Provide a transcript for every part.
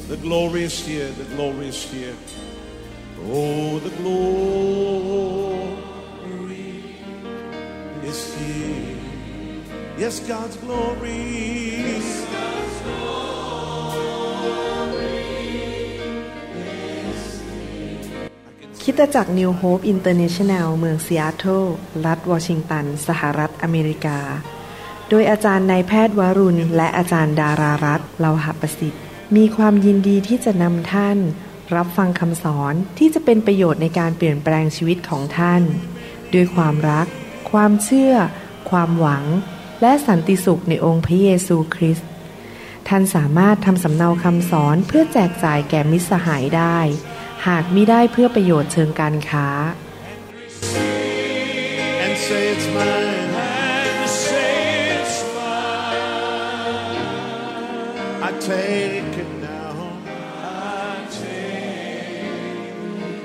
The glory is here. The glory is here. Oh, the glory is here. Yes, God's glory. Yes, God's glory is here. คริสตจักร New Hope International เมืองซีแอตเทิลรัฐวอชิงตันสหรัฐอเมริกาโดยอาจารย์นายแพทย์วรุณและอาจารย์ดารารัตน์เลาหประสิทธิ์มีความยินดีที่จะนำท่านรับฟังคำสอนที่จะเป็นประโยชน์ในการเปลี่ยนแปลงชีวิตของท่านด้วยความรักความเชื่อความหวังและสันติสุขในองค์พระเยซูคริสต์ท่านสามารถทำสำเนาคำสอนเพื่อแจกจ่ายแก่มิตรสหายได้หากมิได้เพื่อประโยชน์เชิงการค้า And say it's mine. And say it's mine. I take it now. I take it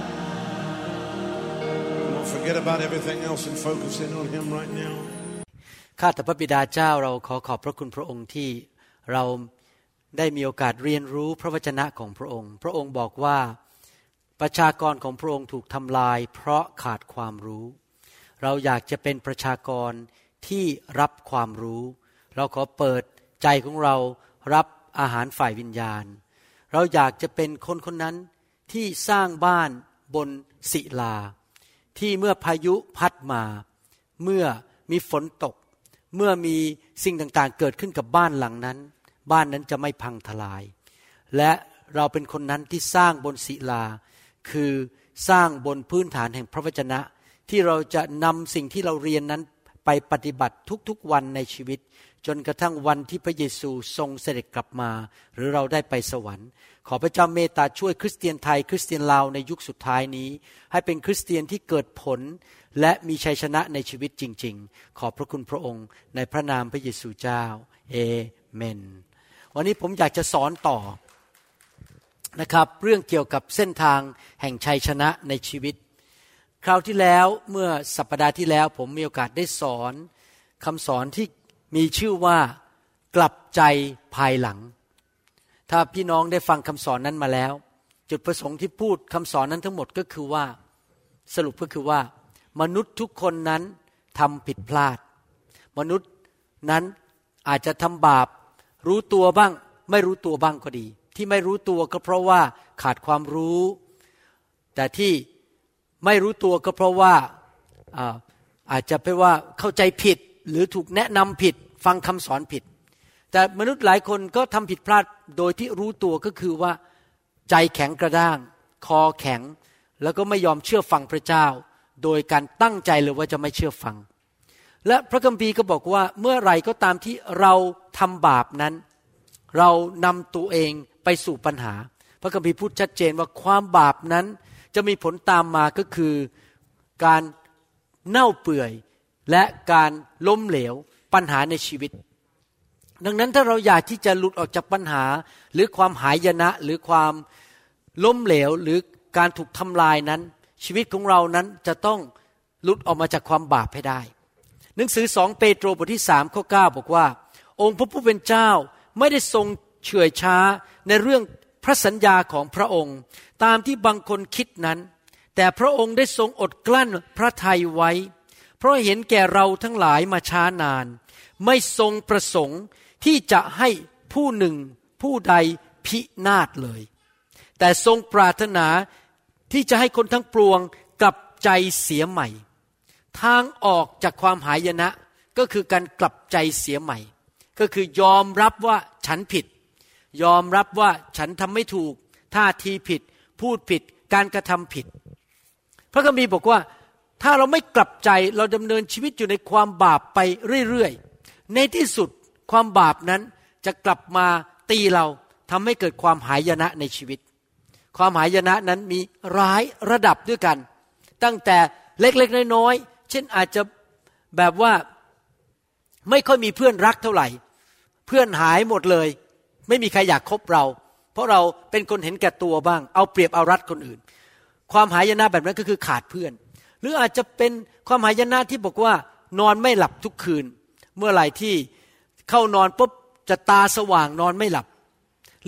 now. Don't forget about everything else and focus in on Him right now. ข้าแต่พระบิดาเจ้าเราขอขอบพระคุณพระองค์ที่เราได้มีโอกาสเรียนรู้พระวจนะของพระองค์พระองค์บอกว่าประชากรของพระองค์ถูกทำลายเพราะขาดความรู้เราอยากจะเป็นประชากรที่รับความรู้เราขอเปิดใจของเรารับอาหารฝ่ายวิญญาณเราอยากจะเป็นคนคนนั้นที่สร้างบ้านบนศิลาที่เมื่อพายุพัดมาเมื่อมีฝนตกเมื่อมีสิ่งต่างๆเกิดขึ้นกับบ้านหลังนั้นบ้านนั้นจะไม่พังทลายและเราเป็นคนนั้นที่สร้างบนศิลาคือสร้างบนพื้นฐานแห่งพระวจนะที่เราจะนำสิ่งที่เราเรียนนั้นไปปฏิบัติทุกๆวันในชีวิตจนกระทั่งวันที่พระเยซูทรงเสด็จกลับมาหรือเราได้ไปสวรรค์ขอพระเจ้าเมตตาช่วยคริสเตียนไทยคริสเตียนลาวในยุคสุดท้ายนี้ให้เป็นคริสเตียนที่เกิดผลและมีชัยชนะในชีวิตจริงๆขอบพระคุณพระองค์ในพระนามพระเยซูเจ้าเอเมนวันนี้ผมอยากจะสอนต่อนะครับเรื่องเกี่ยวกับเส้นทางแห่งชัยชนะในชีวิตคราวที่แล้วเมื่อสัปดาห์ที่แล้วผมมีโอกาสได้สอนคำสอนที่มีชื่อว่ากลับใจภายหลังถ้าพี่น้องได้ฟังคำสอนนั้นมาแล้วจุดประสงค์ที่พูดคำสอนนั้นทั้งหมดก็คือว่าสรุปก็คือว่ามนุษย์ทุกคนนั้นทำผิดพลาดมนุษย์นั้นอาจจะทำบาปรู้ตัวบ้างไม่รู้ตัวบ้างก็ดีที่ไม่รู้ตัวก็เพราะว่าขาดความรู้แต่ที่ไม่รู้ตัวก็เพราะว่าอาจจะเป็นว่าเข้าใจผิดหรือถูกแนะนำผิดฟังคำสอนผิดแต่มนุษย์หลายคนก็ทำผิดพลาดโดยที่รู้ตัวก็คือว่าใจแข็งกระด้างคอแข็งแล้วก็ไม่ยอมเชื่อฟังพระเจ้าโดยการตั้งใจเลยว่าจะไม่เชื่อฟังและพระคัมภีร์ก็บอกว่าเมื่อไหร่ก็ตามที่เราทำบาปนั้นเรานำตัวเองไปสู่ปัญหาพระคัมภีร์พูดชัดเจนว่าความบาปนั้นจะมีผลตามมาก็คือการเน่าเปื่อยและการล้มเหลวปัญหาในชีวิตดังนั้นถ้าเราอยากที่จะหลุดออกจากปัญหาหรือความหายนะหรือความล้มเหลวหรือการถูกทำลายนั้นชีวิตของเรานั้นจะต้องหลุดออกมาจากความบาปให้ได้หนังสือ2เปโตรบทที่3ข้อ9บอกว่าองค์พระผู้เป็นเจ้าไม่ได้ทรงเฉื่อยช้าในเรื่องพระสัญญาของพระองค์ตามที่บางคนคิดนั้นแต่พระองค์ได้ทรงอดกลั้นพระทัยไว้เพราะเห็นแก่เราทั้งหลายมาช้านานไม่ทรงประสงค์ที่จะให้ผู้หนึ่งผู้ใดพินาศเลยแต่ทรงปรารถนาที่จะให้คนทั้งปวงกลับใจเสียใหม่ทางออกจากความหายนะก็คือการกลับใจเสียใหม่ก็คือยอมรับว่าฉันผิดยอมรับว่าฉันทำไม่ถูกท่าทีผิดพูดผิดการกระทำผิดพระคัมภีร์บอกว่าถ้าเราไม่กลับใจเราดำเนินชีวิตอยู่ในความบาปไปเรื่อยๆในที่สุดความบาปนั้นจะกลับมาตีเราทำให้เกิดความหายนะในชีวิตความหายนะนั้นมีหลายระดับด้วยกันตั้งแต่เล็กๆน้อยๆเช่นอาจจะแบบว่าไม่ค่อยมีเพื่อนรักเท่าไหร่เพื่อนหายหมดเลยไม่มีใครอยากคบเราเพราะเราเป็นคนเห็นแก่ตัวบ้างเอาเปรียบเอารัดคนอื่นความหายนะแบบนั้นก็คือขาดเพื่อนหรืออาจจะเป็นความหายนะที่บอกว่านอนไม่หลับทุกคืนเมื่อไหร่ที่เข้านอนปุ๊บจะตาสว่างนอนไม่หลับ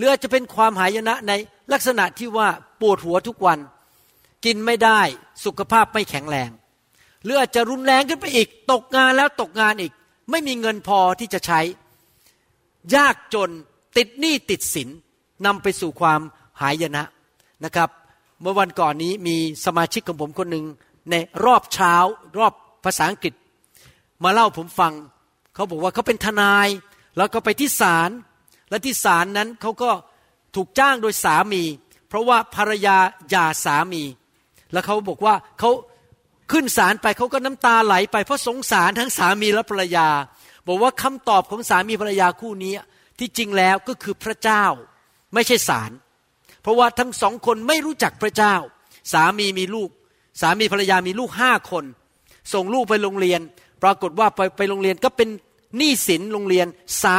รืออาจจะเป็นความหายนะในลักษณะที่ว่าปวดหัวทุกวันกินไม่ได้สุขภาพไม่แข็งแรงหรืออาจจะรุนแรงขึ้นไปอีกตกงานแล้วตกงานอีกไม่มีเงินพอที่จะใช้ยากจนติดหนี้ติดสินนำไปสู่ความหายนะนะครับเมื่อวันก่อนนี้มีสมาชิกของผมคนหนึ่งในรอบเช้ารอบภาษาอังกฤษมาเล่าผมฟังเขาบอกว่าเขาเป็นทนายแล้วก็ไปที่ศาลและที่ศาลนั้นเขาก็ถูกจ้างโดยสามีเพราะว่าภรรยาหย่าสามีแล้วเขาบอกว่าเขาขึ้นศาลไปเขาก็น้ำตาไหลไปเพราะสงสารทั้งสามีและภรรยาบอกว่าคำตอบของสามีภรรยาคู่นี้ที่จริงแล้วก็คือพระเจ้าไม่ใช่ศาลเพราะว่าทั้งสองคนไม่รู้จักพระเจ้าสามีมีลูกสามีภรรยามีลูก5 คนส่งลูกไปโรงเรียนปรากฏว่าไปโรงเรียนก็เป็นหนี้สินโรงเรียน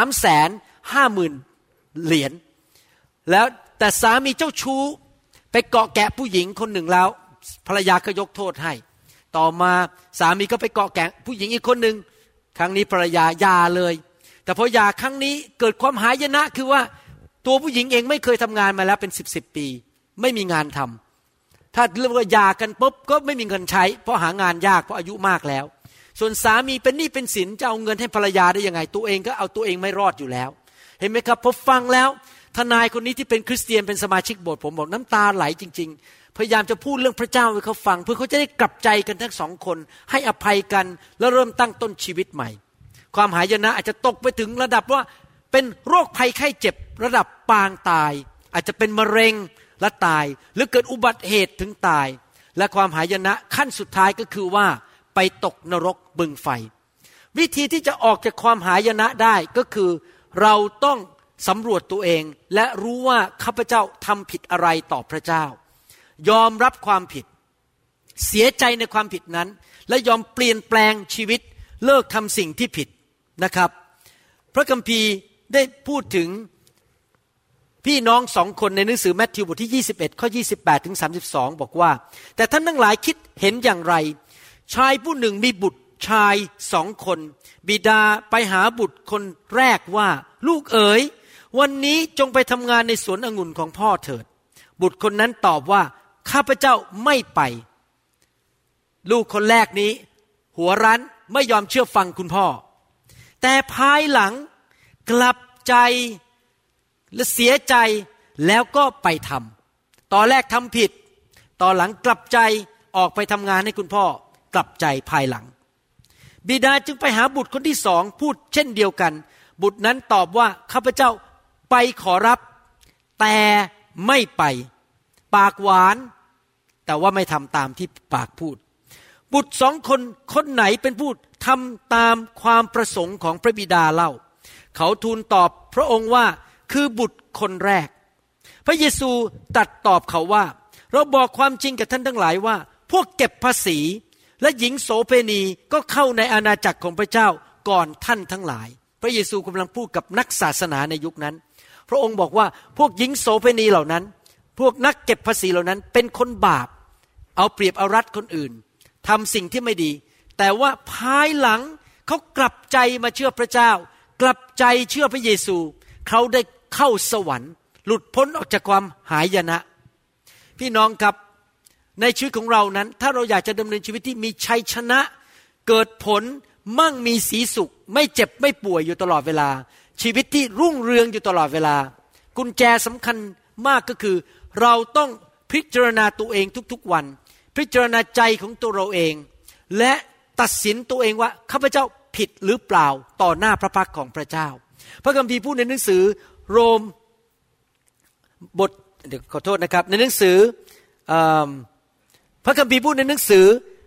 350,000 เหรียญแล้วแต่สามีเจ้าชู้ไปเกาะแกะผู้หญิงคนหนึ่งแล้วภรรยาก็ยกโทษให้ต่อมาสามีก็ไปเกาะแกะผู้หญิงอีกคนหนึ่งครั้งนี้ภรรยาหย่าเลยแต่พอหย่าครั้งนี้เกิดความหายนะคือว่าตัวผู้หญิงเองไม่เคยทำงานมาแล้วเป็น10 ปีไม่มีงานทำถ้าเรียกว่าหย่ากันปุ๊บก็ไม่มีเงินใช้เพราะหางานยากเพราะอายุมากแล้วส่วนสามีเป็นหนี้เป็นสินจะเอาเงินให้ภรรยาได้ยังไงตัวเองก็เอาตัวเองไม่รอดอยู่แล้วเห็นไหมครับพอฟังแล้วทนายคนนี้ที่เป็นคริสเตียนเป็นสมาชิกโบสถ์ผมบอกน้ำตาไหลจริงๆพยายามจะพูดเรื่องพระเจ้าให้เขาฟังเพื่อเขาจะได้กลับใจกันทั้งสองคนให้อภัยกันแล้วเริ่มตั้งต้นชีวิตใหม่ความหายนะอาจจะตกไปถึงระดับว่าเป็นโรคภัยไข้เจ็บระดับปางตายอาจจะเป็นมะเร็งและตายหรือเกิดอุบัติเหตุถึงตายและความหายนะขั้นสุดท้ายก็คือว่าไปตกนรกบึงไฟวิธีที่จะออกจากความหายนะได้ก็คือเราต้องสำรวจตัวเองและรู้ว่าข้าพเจ้าทำผิดอะไรต่อพระเจ้ายอมรับความผิดเสียใจในความผิดนั้นและยอมเปลี่ยนแปลงชีวิตเลิกทำสิ่งที่ผิดนะครับพระคัมภีร์ได้พูดถึงพี่น้อง2 คนในหนังสือแมทธิวบทที่21ข้อ28ถึง32บอกว่าแต่ท่านทั้งหลายคิดเห็นอย่างไรชายผู้หนึ่งมีบุตรชาย2 คนบิดาไปหาบุตรคนแรกว่าลูกเอ๋ยวันนี้จงไปทำงานในสวนองุ่นของพ่อเถิดบุตรคนนั้นตอบว่าข้าพเจ้าไม่ไปลูกคนแรกนี้หัวรั้นไม่ยอมเชื่อฟังคุณพ่อแต่ภายหลังกลับใจและเสียใจแล้วก็ไปทำตอนแรกทำผิดตอนหลังกลับใจออกไปทำงานให้คุณพ่อกลับใจภายหลังบิดาจึงไปหาบุตรคนที่2พูดเช่นเดียวกันบุตรนั้นตอบว่าข้าพเจ้าไปขอรับแต่ไม่ไปปากหวานแต่ว่าไม่ทำตามที่ปากพูดบุตร2 คนคนไหนเป็นผู้ทำตามความประสงค์ของพระบิดาเล่าเขาทูลตอบพระองค์ว่าคือบุตรคนแรกพระเยซูตรัสตอบเขาว่าเราบอกความจริงกับท่านทั้งหลายว่าพวกเก็บภาษีและหญิงโสเภณีก็เข้าในอาณาจักรของพระเจ้าก่อนท่านทั้งหลายพระเยซูกำลังพูดกับนักศาสนาในยุคนั้นพระองค์บอกว่าพวกหญิงโสเภณีเหล่านั้นพวกนักเก็บภาษีเหล่านั้นเป็นคนบาปเอาเปรียบเอารัดคนอื่นทำสิ่งที่ไม่ดีแต่ว่าภายหลังเขากลับใจมาเชื่อพระเจ้ากลับใจเชื่อพระเยซูเขาได้เข้าสวรรค์หลุดพ้นออกจากความหายนะพี่น้องครับในชีวิตของเรานั้นถ้าเราอยากจะดำเนินชีวิตที่มีชัยชนะเกิดผลมั่งมีสีสุขไม่เจ็บไม่ป่วยอยู่ตลอดเวลาชีวิตที่รุ่งเรืองอยู่ตลอดเวลากุญแจสำคัญมากก็คือเราต้องพิจารณาตัวเองทุกๆวันพิจารณาใจของตัวเราเองและตัดสินตัวเองว่าข้าพเจ้าผิดหรือเปล่าต่อหน้าพระพักของพระเจ้าพระคัมภีร์พูดในหนังสือโรมบทขอโทษนะครับในหนังสือพระคัมภีร์พูดในหนังสือ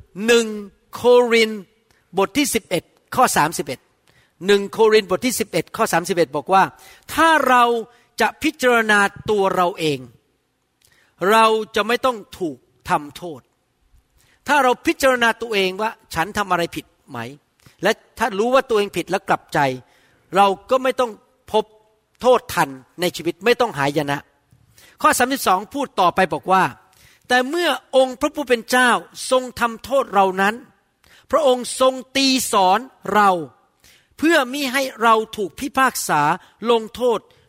1โครินธ์บทที่11ข้อ31 1โครินธ์บทที่11ข้อ31บอกว่าถ้าเราจะพิจารณาตัวเราเองเราจะไม่ต้องถูกทำโทษถ้าเราพิจารณาตัวเองว่าฉันทำอะไรผิดไหมและถ้ารู้ว่าตัวเองผิดแล้วกลับใจเราก็ไม่ต้องพบโทษทันในชีวิตไม่ต้องหายนะข้อ32พูดต่อไปบอกว่าแต่เมื่อองค์พระผู้เป็นเจ้าทรงทำโทษเรานั้นพระองค์ทรงตีสอนเราเพื่อมิให้เราถูกพิพากษาลงโทษ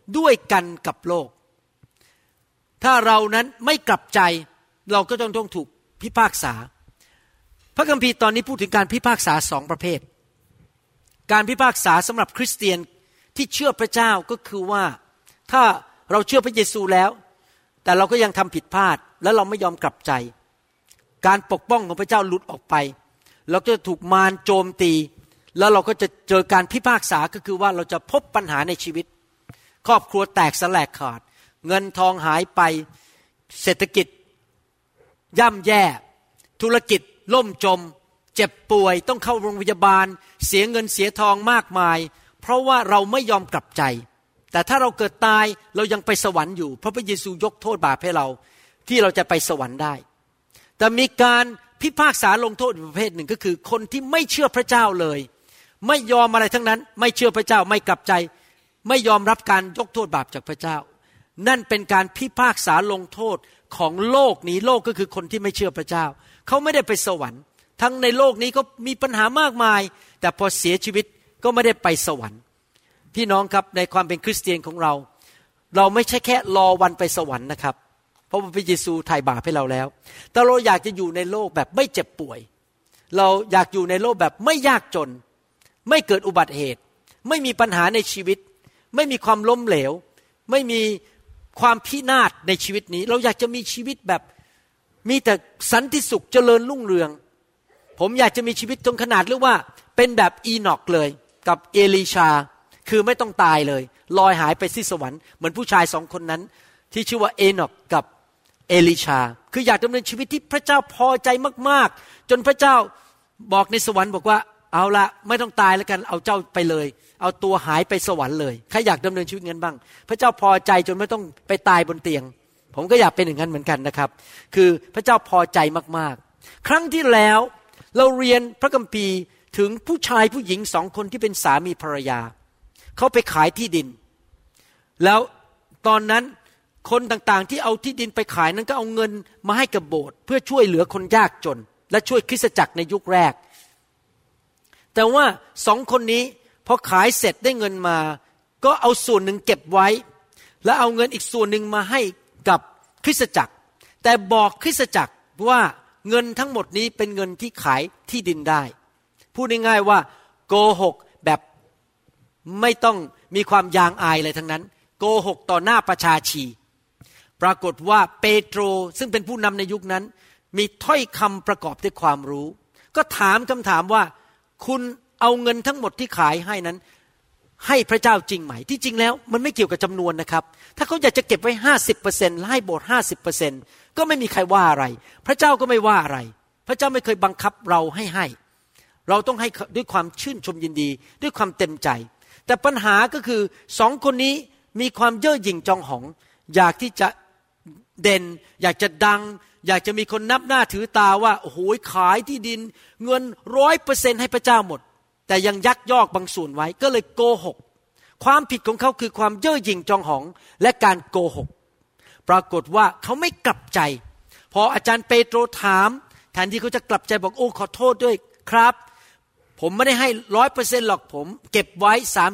ด้วยกันกับโลกถ้าเรานั้นไม่กลับใจเราก็ต้องถูกพิพากษาพระคัมภีร์ตอนนี้พูดถึงการพิพากษาสองประเภทการพิพากษาสำหรับคริสเตียนที่เชื่อพระเจ้าก็คือว่าถ้าเราเชื่อพระเยซูแล้วแต่เราก็ยังทำผิดพลาดแล้วเราไม่ยอมกลับใจการปกป้องของพระเจ้าหลุดออกไปเราก็จะถูกมารโจมตีแล้วเราก็จะเจอการพิพากษาก็คือว่าเราจะพบปัญหาในชีวิตครอบครัวแตกสลายขาดเงินทองหายไปเศรษฐกิจย่ำแย่ธุรกิจล่มจมเจ็บป่วยต้องเข้าโรงพยาบาลเสียเงินเสียทองมากมายเพราะว่าเราไม่ยอมกลับใจแต่ถ้าเราเกิดตายเรายังไปสวรรค์อยู่เพราะพระเยซูยกโทษบาปให้เราที่เราจะไปสวรรค์ได้แต่มีการพิพากษาลงโทษอีกประเภทหนึ่งก็คือคนที่ไม่เชื่อพระเจ้าเลยไม่ยอมอะไรทั้งนั้นไม่เชื่อพระเจ้าไม่กลับใจไม่ยอมรับการยกโทษบาปจากพระเจ้านั่นเป็นการพิพากษาลงโทษของโลกนี้โลกก็คือคนที่ไม่เชื่อพระเจ้าเขาไม่ได้ไปสวรรค์ทั้งในโลกนี้ก็มีปัญหามากมายแต่พอเสียชีวิตก็ไม่ได้ไปสวรรค์พี่น้องครับในความเป็นคริสเตียนของเราเราไม่ใช่แค่รอวันไปสวรรค์นะครับเพราะพระเยซูไถ่บาปให้เราแล้วแต่เราอยากจะอยู่ในโลกแบบไม่เจ็บป่วยเราอยากอยู่ในโลกแบบไม่ยากจนไม่เกิดอุบัติเหตุไม่มีปัญหาในชีวิตไม่มีความล้มเหลวไม่มีความพินาศในชีวิตนี้เราอยากจะมีชีวิตแบบมีแต่สันติสุขเจริญรุ่งเรืองผมอยากจะมีชีวิตจนขนาดเรียกว่าเป็นแบบอีนอกเลยกับเอลีชาคือไม่ต้องตายเลยลอยหายไปที่สวรรค์เหมือนผู้ชายสองคนนั้นที่ชื่อว่าเอนอกกับเอลีชาคืออยากดำเนินชีวิตที่พระเจ้าพอใจมากๆจนพระเจ้าบอกในสวรรค์บอกว่าเอาละไม่ต้องตายแล้วกันเอาเจ้าไปเลยเอาตัวหายไปสวรรค์เลยใครอยากดำเนินชีวิตงั้นบ้างพระเจ้าพอใจจนไม่ต้องไปตายบนเตียงผมก็อยากเป็นอย่างนั้นเหมือนกันนะครับคือพระเจ้าพอใจมากๆครั้งที่แล้วเราเรียนพระคัมภีร์ถึงผู้ชายผู้หญิงสองคนที่เป็นสามีภรรยาเขาไปขายที่ดินแล้วตอนนั้นคนต่างๆที่เอาที่ดินไปขายนั้นก็เอาเงินมาให้กับโบสถ์เพื่อช่วยเหลือคนยากจนและช่วยคริสตจักรในยุคแรกแต่ว่าสองคนนี้พอขายเสร็จได้เงินมาก็เอาส่วนหนึ่งเก็บไว้แล้วเอาเงินอีกส่วนหนึ่งมาให้กับคริสตจักรแต่บอกคริสตจักรว่าเงินทั้งหมดนี้เป็นเงินที่ขายที่ดินได้พูดง่ายๆว่าโกหกแบบไม่ต้องมีความยางอายอะไรทั้งนั้นโกหกต่อหน้าประชาชีปรากฏว่าเปโตรซึ่งเป็นผู้นำในยุคนั้นมีถ้อยคำประกอบด้วยความรู้ก็ถามคำถามว่าคุณเอาเงินทั้งหมดที่ขายให้นั้นให้พระเจ้าจริงไหมที่จริงแล้วมันไม่เกี่ยวกับจำนวนนะครับถ้าเขาอยากจะเก็บไว้ 50% และให้โบสถ์ 50% ก็ไม่มีใครว่าอะไรพระเจ้าก็ไม่ว่าอะไรพระเจ้าไม่เคยบังคับเราให้เราต้องให้ด้วยความชื่นชมยินดีด้วยความเต็มใจแต่ปัญหาก็คือสองคนนี้มีความเย่อหยิ่งจองหองอยากที่จะเด่นอยากจะดังอยากจะมีคนนับหน้าถือตาว่าโอ้โหขายที่ดินเงิน 100% ให้พระเจ้าหมดแต่ยังยักยอกบางส่วนไว้ก็เลยโกหกความผิดของเขาคือความเย่อหยิ่งจองหองและการโกหกปรากฏว่าเขาไม่กลับใจพออาจารย์เปโตรถามแทนที่เขาจะกลับใจบอกโอ้ขอโทษด้วยครับผมไม่ได้ให้ 100% หรอกผมเก็บไว้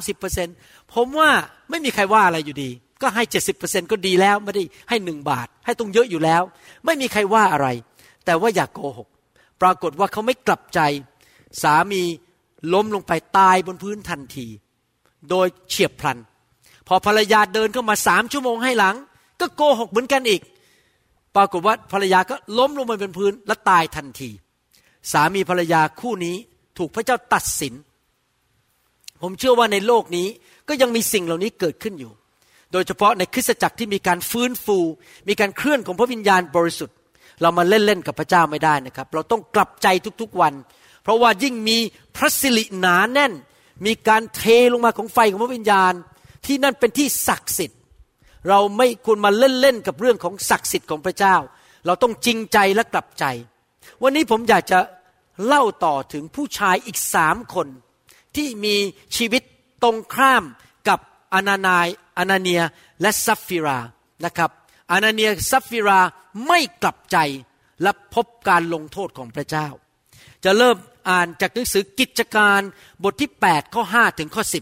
30% ผมว่าไม่มีใครว่าอะไรอยู่ดีก็ให้ 70% ก็ดีแล้วไม่ได้ให้1 บาทให้ต้องเยอะอยู่แล้วไม่มีใครว่าอะไรแต่ว่าอย่าโกหกปรากฏว่าเขาไม่กลับใจสามีล้มลงไปตายบนพื้นทันทีโดยเฉียบพลันพอภรรยาเดินเข้ามา3 ชั่วโมงให้หลังก็โกหกเหมือนกันอีกปรากฏว่าภรรยาก็ล้มลงไปบนพื้นและตายทันทีสามีภรรยาคู่นี้ถูกพระเจ้าตัดสินผมเชื่อว่าในโลกนี้ก็ยังมีสิ่งเหล่านี้เกิดขึ้นอยู่โดยเฉพาะในคริสตจักรที่มีการฟื้นฟูมีการเคลื่อนของพระวิญญาณบริสุทธิ์เรามาเล่นๆกับพระเจ้าไม่ได้นะครับเราต้องกลับใจทุกๆวันเพราะว่ายิ่งมีพระสิริหนาแน่นมีการเทลงมาของไฟของพระวิญญาณที่นั่นเป็นที่ศักดิ์สิทธิ์เราไม่ควรมาเล่นๆกับเรื่องของศักดิ์สิทธิ์ของพระเจ้าเราต้องจริงใจและกลับใจวันนี้ผมอยากจะเล่าต่อถึงผู้ชายอีก3 คนที่มีชีวิตตรงข้ามกับอานาเนียและซัฟฟิรานะครับอานาเนียซัฟฟิราไม่กลับใจและพบการลงโทษของพระเจ้าจะเริ่มอ่านจากหนังสือกิจการบทที่8ข้อ5ถึงข้อ10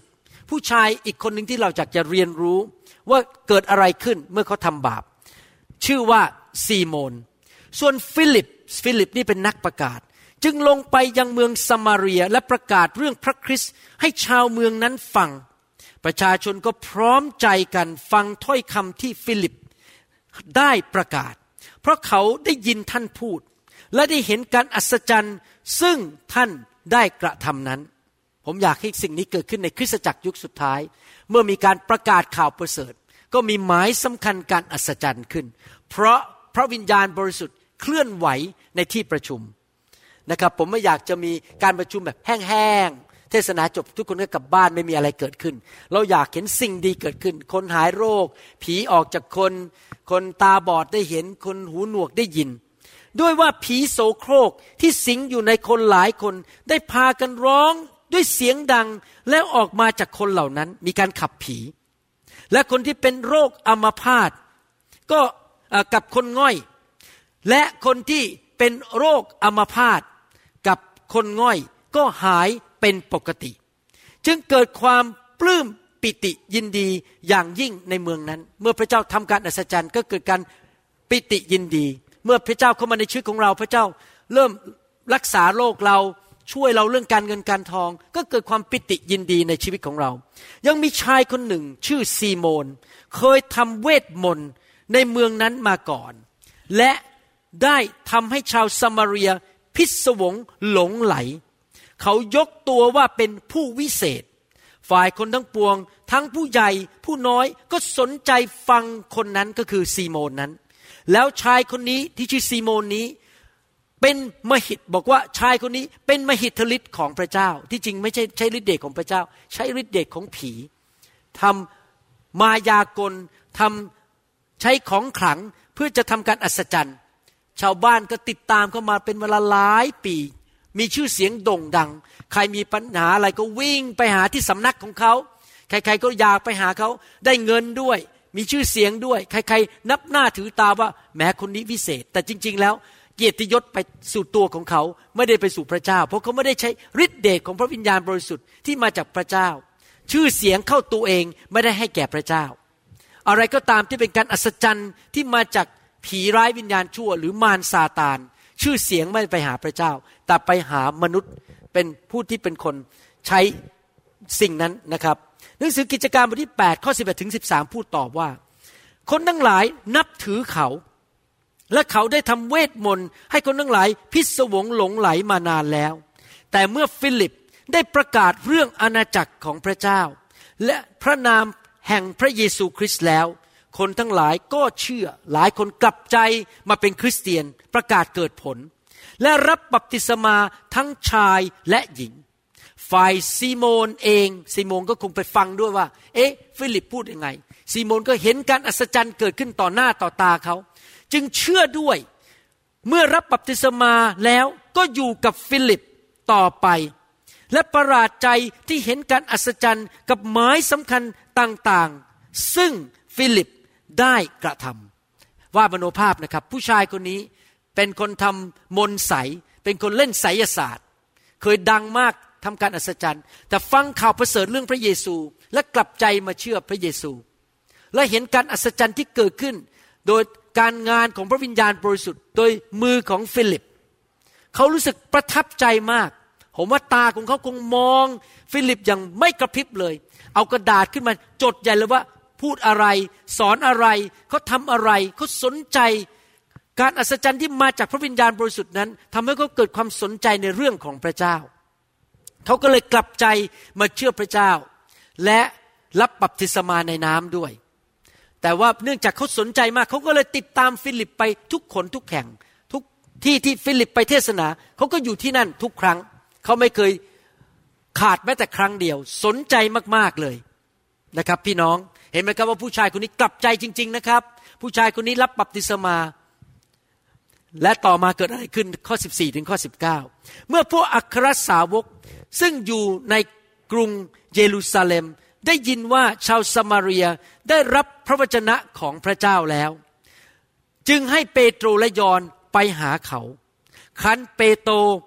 ผู้ชายอีกคนหนึ่งที่เราอยากจะเรียนรู้ว่าเกิดอะไรขึ้นเมื่อเขาทำบาปชื่อว่าซีโมนส่วนฟิลิปนี่เป็นนักประกาศจึงลงไปยังเมืองซามาเรียและประกาศเรื่องพระคริสต์ให้ชาวเมืองนั้นฟังประชาชนก็พร้อมใจกันฟังถ้อยคำที่ฟิลิปได้ประกาศเพราะเขาได้ยินท่านพูดและได้เห็นการอัศจรรย์ซึ่งท่านได้กระทำนั้นผมอยากให้สิ่งนี้เกิดขึ้นในคริสตจักรยุคสุดท้ายเมื่อมีการประกาศข่าวประเสริฐก็มีหมายสำคัญการอัศจรรย์ขึ้นเพราะพระวิญญาณบริสุทธิ์เคลื่อนไหวในที่ประชุมนะครับผมไม่อยากจะมีการประชุมแบบแห้งๆเทศนาจบทุกคนก็กลับบ้านไม่มีอะไรเกิดขึ้นเราอยากเห็นสิ่งดีเกิดขึ้นคนหายโรคผีออกจากคนตาบอดได้เห็นคนหูหนวกได้ยินด้วยว่าผีโสโครกที่สิงอยู่ในคนหลายคนได้พากันร้องด้วยเสียงดังแล้วออกมาจากคนเหล่านั้นมีการขับผีและคนที่เป็นโรคอัมพาตก็กับคนง่อยและคนที่เป็นโรคอัมพาตกับคนง่อยก็หายเป็นปกติจึงเกิดความปลื้มปิติยินดีอย่างยิ่งในเมืองนั้นเมื่อพระเจ้าทำการอัศจรรย์ก็เกิดการปิติยินดีเมื่อพระเจ้าเข้ามาในชีวิตของเราพระเจ้าเริ่มรักษาโรคเราช่วยเราเรื่องการเงินการทองก็เกิดความปิติยินดีในชีวิตของเรายังมีชายคนหนึ่งชื่อซีโมนเคยทำเวทมนต์ในเมืองนั้นมาก่อนและได้ทำให้ชาวซามาเรียพิศวงหลงไหลเขายกตัวว่าเป็นผู้วิเศษฝ่ายคนทั้งปวงทั้งผู้ใหญ่ผู้น้อยก็สนใจฟังคนนั้นก็คือซีโมนนั้นแล้วชายคนนี้ที่ชื่อซีโมนนี้เป็นมหิทธิ์บอกว่าชายคนนี้เป็นมหิทธิฤทธิ์ของพระเจ้าที่จริงไม่ใช่ฤทธิ์เดชของพระเจ้าใช้ฤทธิ์เดชของผีทำมายากลใช้ของขลังเพื่อจะทำการอัศจรรย์ชาวบ้านก็ติดตามเข้ามาเป็นเวลาหลายปีมีชื่อเสียงโด่งดังใครมีปัญหาอะไรก็วิ่งไปหาที่สำนักของเขาใครๆก็อยากไปหาเขาได้เงินด้วยมีชื่อเสียงด้วยใครๆนับหน้าถือตาว่าแม้คนนี้วิเศษแต่จริงๆแล้วเกียรติยศไปสู่ตัวของเขาไม่ได้ไปสู่พระเจ้าเพราะเขาไม่ได้ใช้ฤทธิ์เดชของพระวิญญาณบริสุทธิ์ที่มาจากพระเจ้าชื่อเสียงเข้าตัวเองไม่ได้ให้แก่พระเจ้าอะไรก็ตามที่เป็นการอัศจรรย์ที่มาจากผีร้ายวิญญาณชั่วหรือมารซาตานชื่อเสียงไม่ไปหาพระเจ้าแต่ไปหามนุษย์เป็นผู้ที่เป็นคนใช้สิ่งนั้นนะครับหนังสือกิจการบทที่8ข้อ11ถึง13พูดตอบว่าคนทั้งหลายนับถือเขาและเขาได้ทำเวทมนต์ให้คนทั้งหลายพิศวงหลงไหลมานานแล้วแต่เมื่อฟิลิปได้ประกาศเรื่องอาณาจักรของพระเจ้าและพระนามแห่งพระเยซูคริสต์แล้วคนทั้งหลายก็เชื่อหลายคนกลับใจมาเป็นคริสเตียนประกาศเกิดผลและรับบัพติศมาทั้งชายและหญิงฝ่ายซีโมนเองซีโมนก็คงไปฟังด้วยว่าฟิลิปพูดยังไงซีโมนก็เห็นการอัศจรรย์เกิดขึ้นต่อหน้าต่อตาเขาจึงเชื่อด้วยเมื่อรับบัพติศมาแล้วก็อยู่กับฟิลิปต่อไปและประหลาดใจที่เห็นการอัศจรรย์กับหมายสำคัญต่างๆซึ่งฟิลิปได้กระทำว่ามโนภาพนะครับผู้ชายคนนี้เป็นคนทำมนต์ไสเป็นคนเล่นไสยศาสตร์เคยดังมากทำการอัศจรรย์แต่ฟังข่าวประเสริฐเรื่องพระเยซูและกลับใจมาเชื่อพระเยซูและเห็นการอัศจรรย์ที่เกิดขึ้นโดยการงานของพระวิญญาณบริสุทธิ์โดยมือของฟิลิปเขารู้สึกประทับใจมากผมว่าตาของเขาคงมองฟิลิปอย่างไม่กระพริบเลยเอากระดาษขึ้นมาจดใหญ่เลยว่าพูดอะไรสอนอะไรเขาทำอะไรเขาสนใจการอัศจรรย์ที่มาจากพระวิญญาณบริสุทธิ์นั้นทำให้เขาเกิดความสนใจในเรื่องของพระเจ้าเขาก็เลยกลับใจมาเชื่อพระเจ้าและรับบัพติศมาในน้ำด้วยแต่ว่าเนื่องจากเขาสนใจมากเขาก็เลยติดตามฟิลิปไปทุกคนทุกแห่งทุกที่ที่ฟิลิปไปเทศนาเขาก็อยู่ที่นั่นทุกครั้งเขาไม่เคยขาดแม้แต่ครั้งเดียวสนใจมากๆเลยนะครับพี่น้องเห็นไหมครับว่าผู้ชายคนนี้กลับใจจริงๆนะครับผู้ชายคนนี้รับบัพติศมาและต่อมาเกิดอะไรขึ้นข้อ14ถึงข้อ19เมื่อพวกอัครสาวกซึ่งอยู่ในกรุงเยรูซาเล็มได้ยินว่าชาวซามาเรียได้รับพระวจนะของพระเจ้าแล้วจึงให้เปโตรและยอห์นไปหาเขาครั้นเปโตร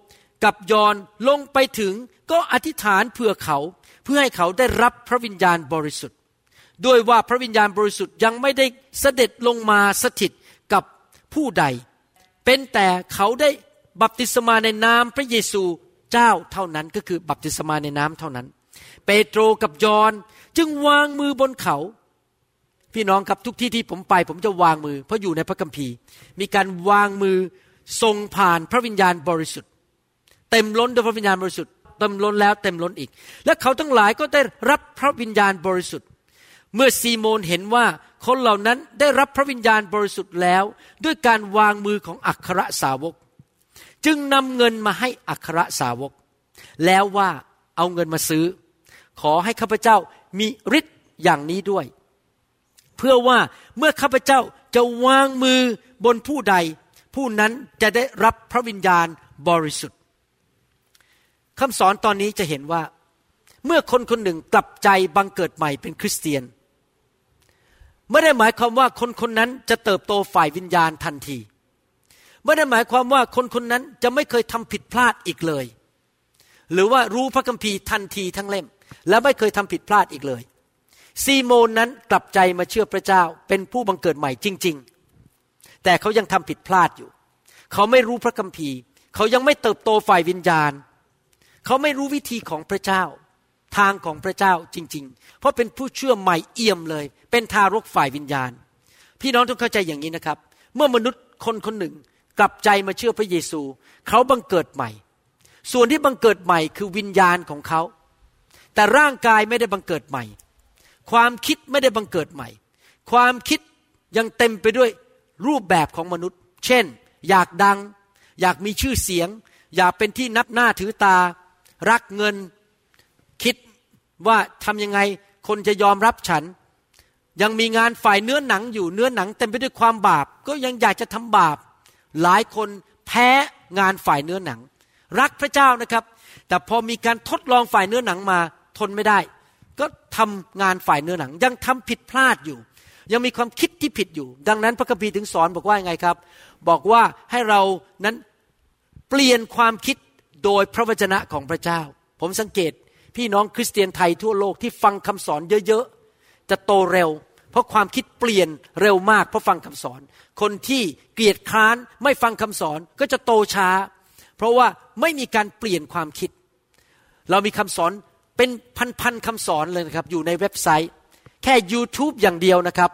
กับยอห์นลงไปถึงก็อธิษฐานเพื่อเขาเพื่อให้เขาได้รับพระวิญญาณบริสุทธิ์ด้วยว่าพระวิญญาณบริสุทธิ์ยังไม่ได้เสด็จลงมาสถิตกับผู้ใดเป็นแต่เขาได้บัพติศมาในนามพระเยซูเจ้าเท่านั้นก็คือบัพติศมาในน้ำเท่านั้นเปโตรกับยอห์นจึงวางมือบนเขาพี่น้องครับทุกที่ที่ผมไปผมจะวางมือเพราะอยู่ในพระคัมภีร์มีการวางมือทรงผ่านพระวิญญาณบริสุทธิ์เต็มล้นด้วยพระวิญญาณบริสุทธิ์เต็มล้นแล้วเต็มล้นอีกและเขาทั้งหลายก็ได้รับพระวิญญาณบริสุทธิ์เมื่อซีโมนเห็นว่าคนเหล่านั้นได้รับพระวิญญาณบริสุทธิ์แล้วด้วยการวางมือของอัครสาวกจึงนำเงินมาให้อัครสาวกแล้วว่าเอาเงินมาซื้อขอให้ข้าพเจ้ามีฤทธิ์อย่างนี้ด้วยเพื่อว่าเมื่อข้าพเจ้าจะวางมือบนผู้ใดผู้นั้นจะได้รับพระวิญญาณบริสุทธิ์คำสอนตอนนี้จะเห็นว่าเมื่อคนคนหนึ่งกลับใจบังเกิดใหม่เป็นคริสเตียนไม่ได้หมายความว่าคนคนนั้นจะเติบโตฝ่ายวิญญาณทันทีไม่ได้หมายความว่าคนคนนั้นจะไม่เคยทำผิดพลาดอีกเลยหรือว่ารู้พระคัมภีร์ทันทีทั้งเล่มและไม่เคยทำผิดพลาดอีกเลยซีโมนนั้นกลับใจมาเชื่อพระเจ้าเป็นผู้บังเกิดใหม่จริงๆแต่เขายังทำผิดพลาดอยู่เขาไม่รู้พระคัมภีร์เขายังไม่เติบโตฝ่ายวิญญาณเขาไม่รู้วิธีของพระเจ้าทางของพระเจ้าจริงๆเพราะเป็นผู้เชื่อใหม่เอี่ยมเลยเป็นทารกฝ่ายวิญญาณพี่น้องต้องเข้าใจอย่างนี้นะครับเมื่อมนุษย์คนคนหนึ่งกลับใจมาเชื่อพระเยซูเขาบังเกิดใหม่ส่วนที่บังเกิดใหม่คือวิญญาณของเขาแต่ร่างกายไม่ได้บังเกิดใหม่ความคิดไม่ได้บังเกิดใหม่ความคิดยังเต็มไปด้วยรูปแบบของมนุษย์เช่นอยากดังอยากมีชื่อเสียงอยากเป็นที่นับหน้าถือตารักเงินคิดว่าทำยังไงคนจะยอมรับฉันยังมีงานฝ่ายเนื้อหนังอยู่เนื้อหนังเต็มไปด้วยความบาปก็ยังอยากจะทำบาปหลายคนแพ้งานฝ่ายเนื้อหนังรักพระเจ้านะครับแต่พอมีการทดลองฝ่ายเนื้อหนังมาทนไม่ได้ก็ทำงานฝ่ายเนื้อหนังยังทำผิดพลาดอยู่ยังมีความคิดที่ผิดอยู่ดังนั้นพระคัมภีร์ถึงสอนบอกว่าไงครับบอกว่าให้เรานั้นเปลี่ยนความคิดโดยพระวจนะของพระเจ้าผมสังเกตพี่น้องคริสเตียนไทยทั่วโลกที่ฟังคำสอนเยอะๆจะโตเร็วเพราะความคิดเปลี่ยนเร็วมากเพราะฟังคำสอนคนที่เกลียดคร้านไม่ฟังคำสอนก็จะโตช้าเพราะว่าไม่มีการเปลี่ยนความคิดเรามีคำสอนเป็นพันๆคำสอนเลยนะครับอยู่ในเว็บไซต์แค่ YouTube อย่างเดียวนะครับ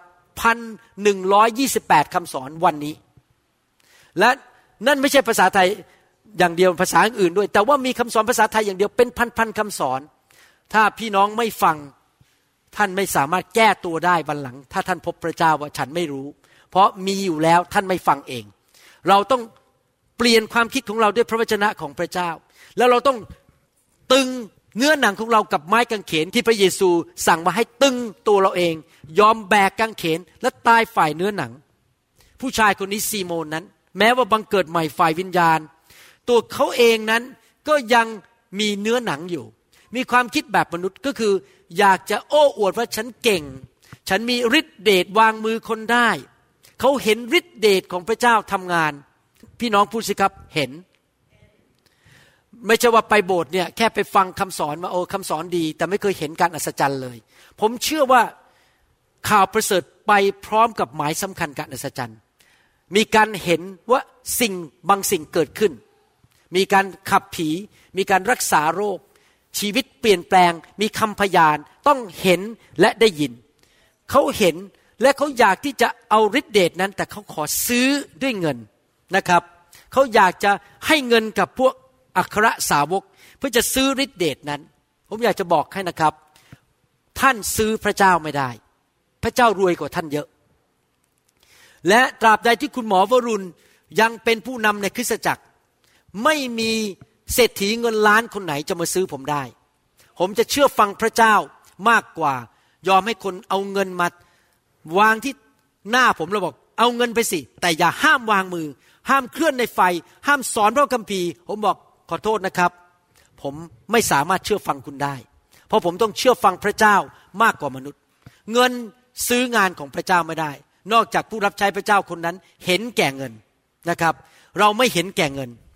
1,128 คำสอนวันนี้และนั่นไม่ใช่ภาษาไทยอย่างเดียวภาษาอื่นด้วยแต่ว่ามีคำสอนภาษาไทยอย่างเดียวเป็นพันๆคำสอนถ้าพี่น้องไม่ฟังท่านไม่สามารถแก้ตัวได้วันหลังถ้าท่านพบพระเจ้าว่าฉันไม่รู้เพราะมีอยู่แล้วท่านไม่ฟังเองเราต้องเปลี่ยนความคิดของเราด้วยพระวจนะของพระเจ้าแล้วเราต้องตึงเนื้อหนังของเรากับไม้กางเขนที่พระเยซูสั่งมาให้ตึงตัวเราเองยอมแบกกางเขนและตายฝ่ายเนื้อหนังผู้ชายคนนี้ซีโมนนั้นแม้ว่าบังเกิดใหม่ฝ่ายวิญญาณตัวเขาเองนั้นก็ยังมีเนื้อหนังอยู่มีความคิดแบบมนุษย์ก็คืออยากจะโอ้อวดว่าฉันเก่งฉันมีฤทธิ์เดชวางมือคนได้เขาเห็นฤทธิ์เดชของพระเจ้าทำงานพี่น้องพูดสิครับเห็นไม่ใช่ว่าไปโบสถ์เนี่ยแค่ไปฟังคำสอนมาโอ้คำสอนดีแต่ไม่เคยเห็นการอัศจรรย์เลยผมเชื่อว่าข่าวประเสริฐไปพร้อมกับหมายสำคัญการอัศจรรย์มีการเห็นว่าสิ่งบางสิ่งเกิดขึ้นมีการขับผีมีการรักษาโรคชีวิตเปลี่ยนแปลงมีคำพยานต้องเห็นและได้ยินเขาเห็นและเขาอยากที่จะเอาฤทธิเดชนั้นแต่เขาขอซื้อด้วยเงินนะครับเขาอยากจะให้เงินกับพวกอัครสาวกเพื่อจะซื้อฤทธิเดชนั้นผมอยากจะบอกให้นะครับท่านซื้อพระเจ้าไม่ได้พระเจ้ารวยกว่าท่านเยอะและตราบใดที่คุณหมอวรุณยังเป็นผู้นำในคริสตจักรไม่มีเศรษฐีเงินล้านคนไหนจะมาซื้อผมได้ผมจะเชื่อฟังพระเจ้ามากกว่ายอมให้คนเอาเงินมาวางที่หน้าผมแล้วบอกเอาเงินไปสิแต่อย่าห้ามวางมือห้ามเคลื่อนในไฟห้ามสอนพระคัมภีร์ผมบอกขอโทษนะครับผมไม่สามารถเชื่อฟังคุณได้เพราะผมต้องเชื่อฟังพระเจ้ามากกว่ามนุษย์เงินซื้องานของพระเจ้าไม่ได้นอกจากผู้รับใช้พระเจ้าคนนั้นเห็นแก่เงินนะครับเราไม่เห็นแก่เงิน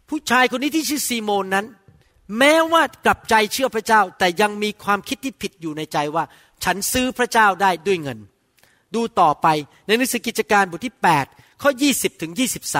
ผู้ชายคนนี้ที่ชื่อซีโมนนั้นแม้ว่ากลับใจเชื่อพระเจ้าแต่ยังมีความคิดที่ผิดอยู่ในใจว่าฉันซื้อพระเจ้าได้ด้วยเงินดูต่อไปในหนังสือกิจการบทที่8ข้อ20ถึง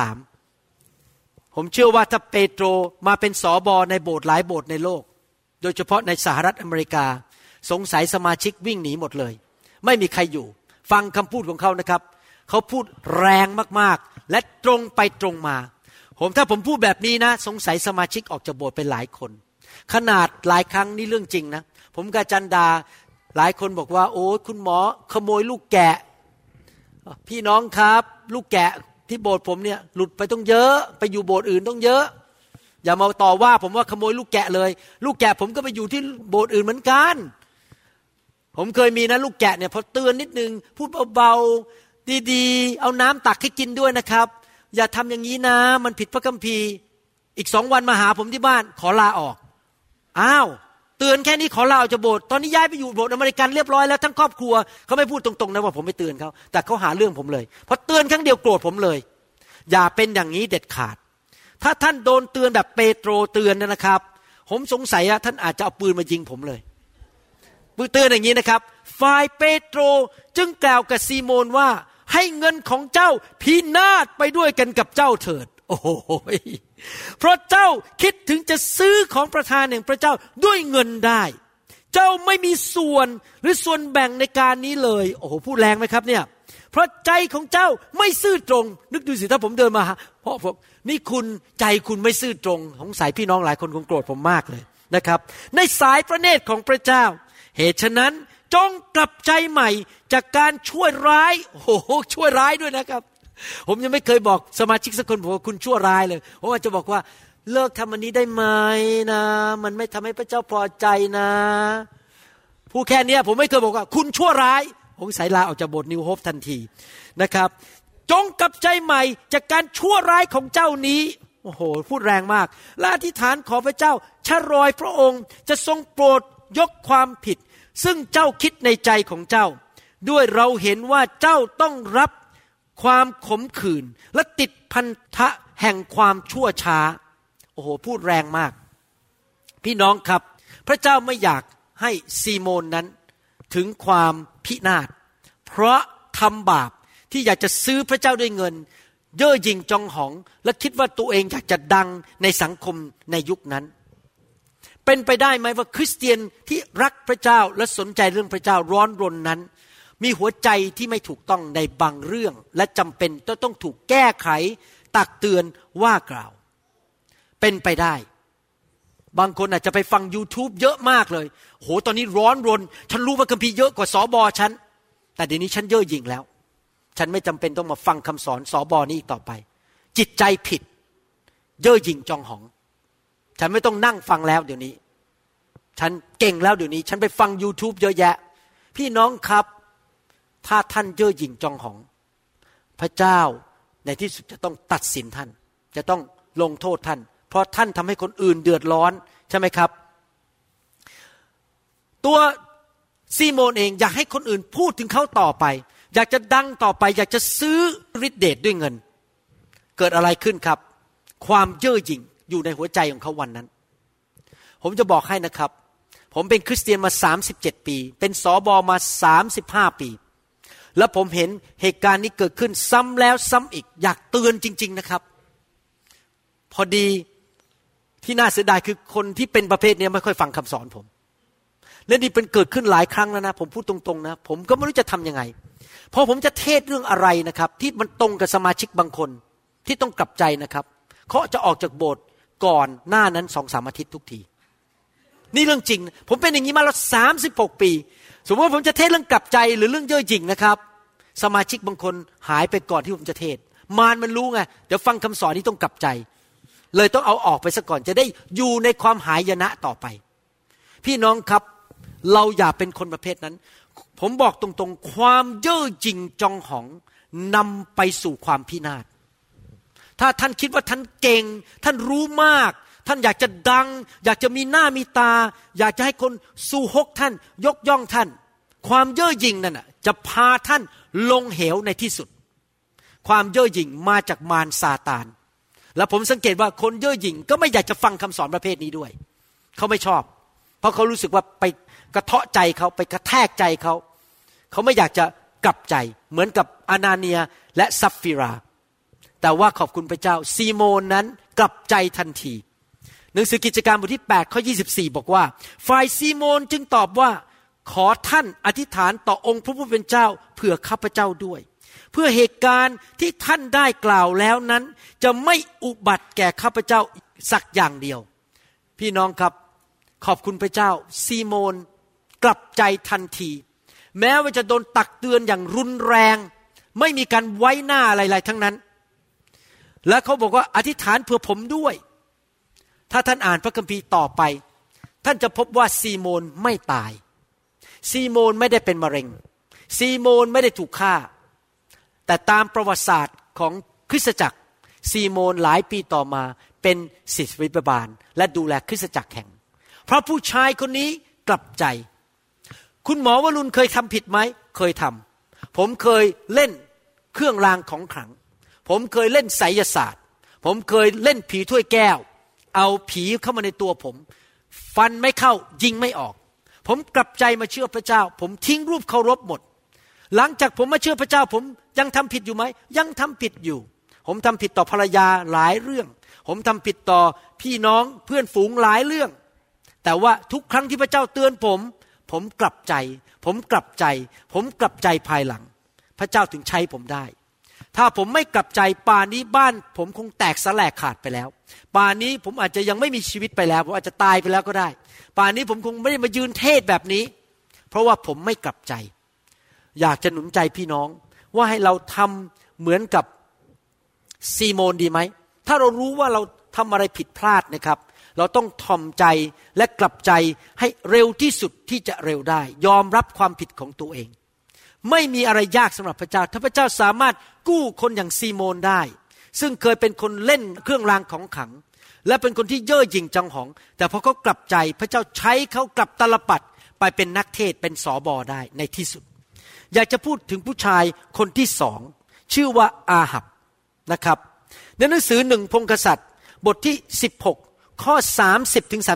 23ผมเชื่อว่าถ้าเปโตรมาเป็นสบในโบสถ์หลายโบสถ์ในโลกโดยเฉพาะในสหรัฐอเมริกาสงสัยสมาชิกวิ่งหนีหมดเลยไม่มีใครอยู่ฟังคำพูดของเขานะครับเขาพูดแรงมากๆและตรงไปตรงมาถ้าผมพูดแบบนี้นะสงสัยสมาชิกออกจากโบสถ์ไปหลายคนขนาดหลายครั้งนี่เรื่องจริงนะผมกับจันดาหลายคนบอกว่าโอ้คุณหมอขโมยลูกแกะพี่น้องครับลูกแกะที่โบสถ์ผมเนี่ยหลุดไปต้องเยอะไปอยู่โบสถ์อื่นต้องเยอะอย่ามาต่อว่าผมว่าขโมยลูกแกะเลยลูกแกะผมก็ไปอยู่ที่โบสถ์อื่นเหมือนกันผมเคยมีนะลูกแกะเนี่ยพอเตือนนิดนึงพูดเบาๆดีๆเอาน้ำตักให้กินด้วยนะครับอย่าทำอย่างนี้นะมันผิดพระคัมภีร์อีก2 วันมาหาผมที่บ้านขอลาออกอ้าวเตือนแค่นี้ขอลาออกจากโบสถ์ตอนนี้ย้ายไปอยู่โบสถ์อเมริกันเรียบร้อยแล้วทั้งครอบครัวเขาไม่พูดตรงๆนะว่าผมไม่เตือนเขาแต่เขาหาเรื่องผมเลยพอเตือนครั้งเดียวโกรธผมเลยอย่าเป็นอย่างนี้เด็ดขาดถ้าท่านโดนเตือนแบบเปโตรเตือนนะครับผมสงสัยว่าท่านอาจจะเอาปืนมายิงผมเลยเตือนอย่างนี้นะครับฝ่ายเปโตรจึงกล่าวกับซีโมนว่าให้เงินของเจ้าพินาศไปด้วยกันกับเจ้าเถิดโอ้โหเพราะเจ้าคิดถึงจะซื้อของประทานแห่งพระเจ้าด้วยเงินได้เจ้าไม่มีส่วนหรือส่วนแบ่งในการนี้เลยโอ้โหพูดแรงไหมครับเนี่ยเพราะใจของเจ้าไม่ซื่อตรงนึกดูสิถ้าผมเดินมาเพราะผมนี่คุณใจคุณไม่ซื่อตรงสงสัยพี่น้องหลายคนคงโกรธผมมากเลยนะครับในสายพระเนตรของพระเจ้าเหตุฉะนั้นจงกลับใจใหม่จากการชั่วร้ายโอ้โหชั่วร้ายด้วยนะครับผมยังไม่เคยบอกสมาชิกสักคนบอกว่าคุณชั่วร้ายเลยผมอาจจะบอกว่าเลิกทำอันนี้ได้ไหมนะมันไม่ทำให้พระเจ้าพอใจนะผู้แค่นี้ผมไม่เคยบอกว่าคุณชั่วร้ายผมสายลาออกจากโบสถ์นิวโฮปทันทีนะครับจงกลับใจใหม่จากการชั่วร้ายของเจ้านี้โอ้โหพูดแรงมากและอธิษฐานขอพระเจ้าชะรอยพระองค์จะทรงโปรดยกความผิดซึ่งเจ้าคิดในใจของเจ้าด้วยเราเห็นว่าเจ้าต้องรับความขมขื่นและติดพันธะแห่งความชั่วช้าโอ้โหพูดแรงมากพี่น้องครับพระเจ้าไม่อยากให้ซีโมนนั้นถึงความพินาศเพราะทำบาปที่อยากจะซื้อพระเจ้าด้วยเงินเย่อหยิ่งจองหองและคิดว่าตัวเองอยากจะดังในสังคมในยุคนั้นเป็นไปได้ไหมว่าคริสเตียนที่รักพระเจ้าและสนใจเรื่องพระเจ้าร้อนรนนั้นมีหัวใจที่ไม่ถูกต้องในบางเรื่องและจำเป็นต้องถูกแก้ไขตักเตือนว่ากล่าวเป็นไปได้บางคนอาจจะไปฟัง YouTube เยอะมากเลยโหตอนนี้ร้อนรนฉันรู้ว่าคัมภีร์เยอะกว่าสบฉันแต่เดี๋ยวนี้ฉันเย่อหยิ่งแล้วฉันไม่จำเป็นต้องมาฟังคำสอนสบนี้อีกต่อไปจิตใจผิดเย่อหยิ่งจองหองฉันไม่ต้องนั่งฟังแล้วเดี๋ยวนี้ฉันเก่งแล้วเดี๋ยวนี้ฉันไปฟัง YouTube เยอะแยะพี่น้องครับถ้าท่านเย่อหยิ่งจองหองพระเจ้าในที่สุดจะต้องตัดสินท่านจะต้องลงโทษท่านเพราะท่านทำให้คนอื่นเดือดร้อนใช่ไหมครับตัวซีโมนเองอยากให้คนอื่นพูดถึงเขาต่อไปอยากจะดังต่อไปอยากจะซื้อฤทธิ์เดชด้วยเงินเกิดอะไรขึ้นครับความเย่อหยิ่งอยู่ในหัวใจของเขาวันนั้นผมจะบอกให้นะครับผมเป็นคริสเตียนมา37ปีเป็นสบมา35ปีแล้วผมเห็นเหตุการณ์นี้เกิดขึ้นซ้ำแล้วซ้ำอีกอยากเตือนจริงๆนะครับพอดีที่น่าเสียดายคือคนที่เป็นประเภทนี้ไม่ค่อยฟังคำสอนผมและนี่เป็นเกิดขึ้นหลายครั้งแล้วนะผมพูดตรงๆนะผมก็ไม่รู้จะทำยังไงพอผมจะเทศเรื่องอะไรนะครับที่มันตรงกับสมาชิกบางคนที่ต้องกลับใจนะครับเขาจะออกจากโบสถ์ก่อนหน้านั้น 2-3 อาทิตย์ทุกทีนี่เรื่องจริงผมเป็นอย่างนี้มาแล้ว36ปีสมมติว่าผมจะเทศเรื่องกลับใจหรือเรื่องเย่อหยิ่งนะครับสมาชิกบางคนหายไปก่อนที่ผมจะเทศมารมันรู้ไงเดี๋ยวฟังคำสอนนี้ต้องกลับใจเลยต้องเอาออกไปซะก่อนจะได้อยู่ในความหายนะต่อไปพี่น้องครับเราอย่าเป็นคนประเภทนั้นผมบอกตรงๆความเย่อหยิ่งจองหองนำไปสู่ความพินาศถ้าท่านคิดว่าท่านเก่งท่านรู้มากท่านอยากจะดังอยากจะมีหน้ามีตาอยากจะให้คนสู้ฮกท่านยกย่องท่านความเย่อหยิ่งนั่นน่ะจะพาท่านลงเหวในที่สุดความเย่อหยิ่งมาจากมารซาตานและผมสังเกตว่าคนเย่อหยิ่งก็ไม่อยากจะฟังคำสอนประเภทนี้ด้วยเขาไม่ชอบเพราะเขารู้สึกว่าไปกระเทาะใจเขาไปกระแทกใจเขาไม่อยากจะกลับใจเหมือนกับอานาเนียและซัฟฟิราแต่ว่าขอบคุณพระเจ้าซีโมนนั้นกลับใจทันทีหนังสือกิจการบทที่8ข้อ24บอกว่าฝ่ายซีโมนจึงตอบว่าขอท่านอธิษฐานต่อองค์พระผู้เป็นเจ้าเผื่อข้าพเจ้าด้วยเพื่อเหตุการณ์ที่ท่านได้กล่าวแล้วนั้นจะไม่อุบัติแก่ข้าพเจ้าสักอย่างเดียวพี่น้องครับขอบคุณพระเจ้าซีโมนกลับใจทันทีแม้ว่าจะโดนตักเตือนอย่างรุนแรงไม่มีการไว้หน้าอะไรๆทั้งนั้นและเขาบอกว่าอธิษฐานเผื่อผมด้วยถ้าท่านอ่านพระคัมภีร์ต่อไปท่านจะพบว่าซีโมนไม่ตายซีโมนไม่ได้เป็นมะเร็งซีโมนไม่ได้ถูกฆ่าแต่ตามประวัติศาสตร์ของคริสตจักรซีโมนหลายปีต่อมาเป็นศิษย์บาลและดูแลคริสตจักรแห่งเพราะผู้ชายคนนี้กลับใจคุณหมอวรุณเคยทำผิดไหมเคยทำผมเคยเล่นเครื่องรางของขลังผมเคยเล่นไสยศาสตร์ผมเคยเล่นผีถ้วยแก้วเอาผีเข้ามาในตัวผมฟันไม่เข้ายิงไม่ออกผมกลับใจมาเชื่อพระเจ้าผมทิ้งรูปเคารพหมดหลังจากผมมาเชื่อพระเจ้าผมยังทำผิดอยู่ไหมยังทำผิดอยู่ผมทำผิดต่อภรรยาหลายเรื่องผมทำผิดต่อพี่น้องเพื่อนฝูงหลายเรื่องแต่ว่าทุกครั้งที่พระเจ้าเตือนผมกลับใจผมกลับใจภายหลังพระเจ้าถึงใช้ผมได้ถ้าผมไม่กลับใจป่านนี้บ้านผมคงแตกสลายขาดไปแล้วป่านนี้ผมอาจจะยังไม่มีชีวิตไปแล้วผมอาจจะตายไปแล้วก็ได้ป่านนี้ผมคงไม่ได้มายืนเทศแบบนี้เพราะว่าผมไม่กลับใจอยากจะหนุนใจพี่น้องว่าให้เราทำเหมือนกับซีโมนดีไหมถ้าเรารู้ว่าเราทำอะไรผิดพลาดนะครับเราต้องทอมใจและกลับใจให้เร็วที่สุดที่จะเร็วได้ยอมรับความผิดของตัวเองไม่มีอะไรยากสำหรับพระเจ้าถ้าพระเจ้าสามารถกู้คนอย่างซีโมนได้ซึ่งเคยเป็นคนเล่นเครื่องรางของขลังและเป็นคนที่เย่อหยิ่งจองหองแต่พอเขากลับใจพระเจ้าใช้เขากลับตลปัดไปเป็นนักเทศเป็นสบได้ในที่สุดอยากจะพูดถึงผู้ชายคนที่สองชื่อว่าอาหับนะครับในหนังสือหนึ่งพงศ์กษัตริย์บทที่16ข้อ30ถึง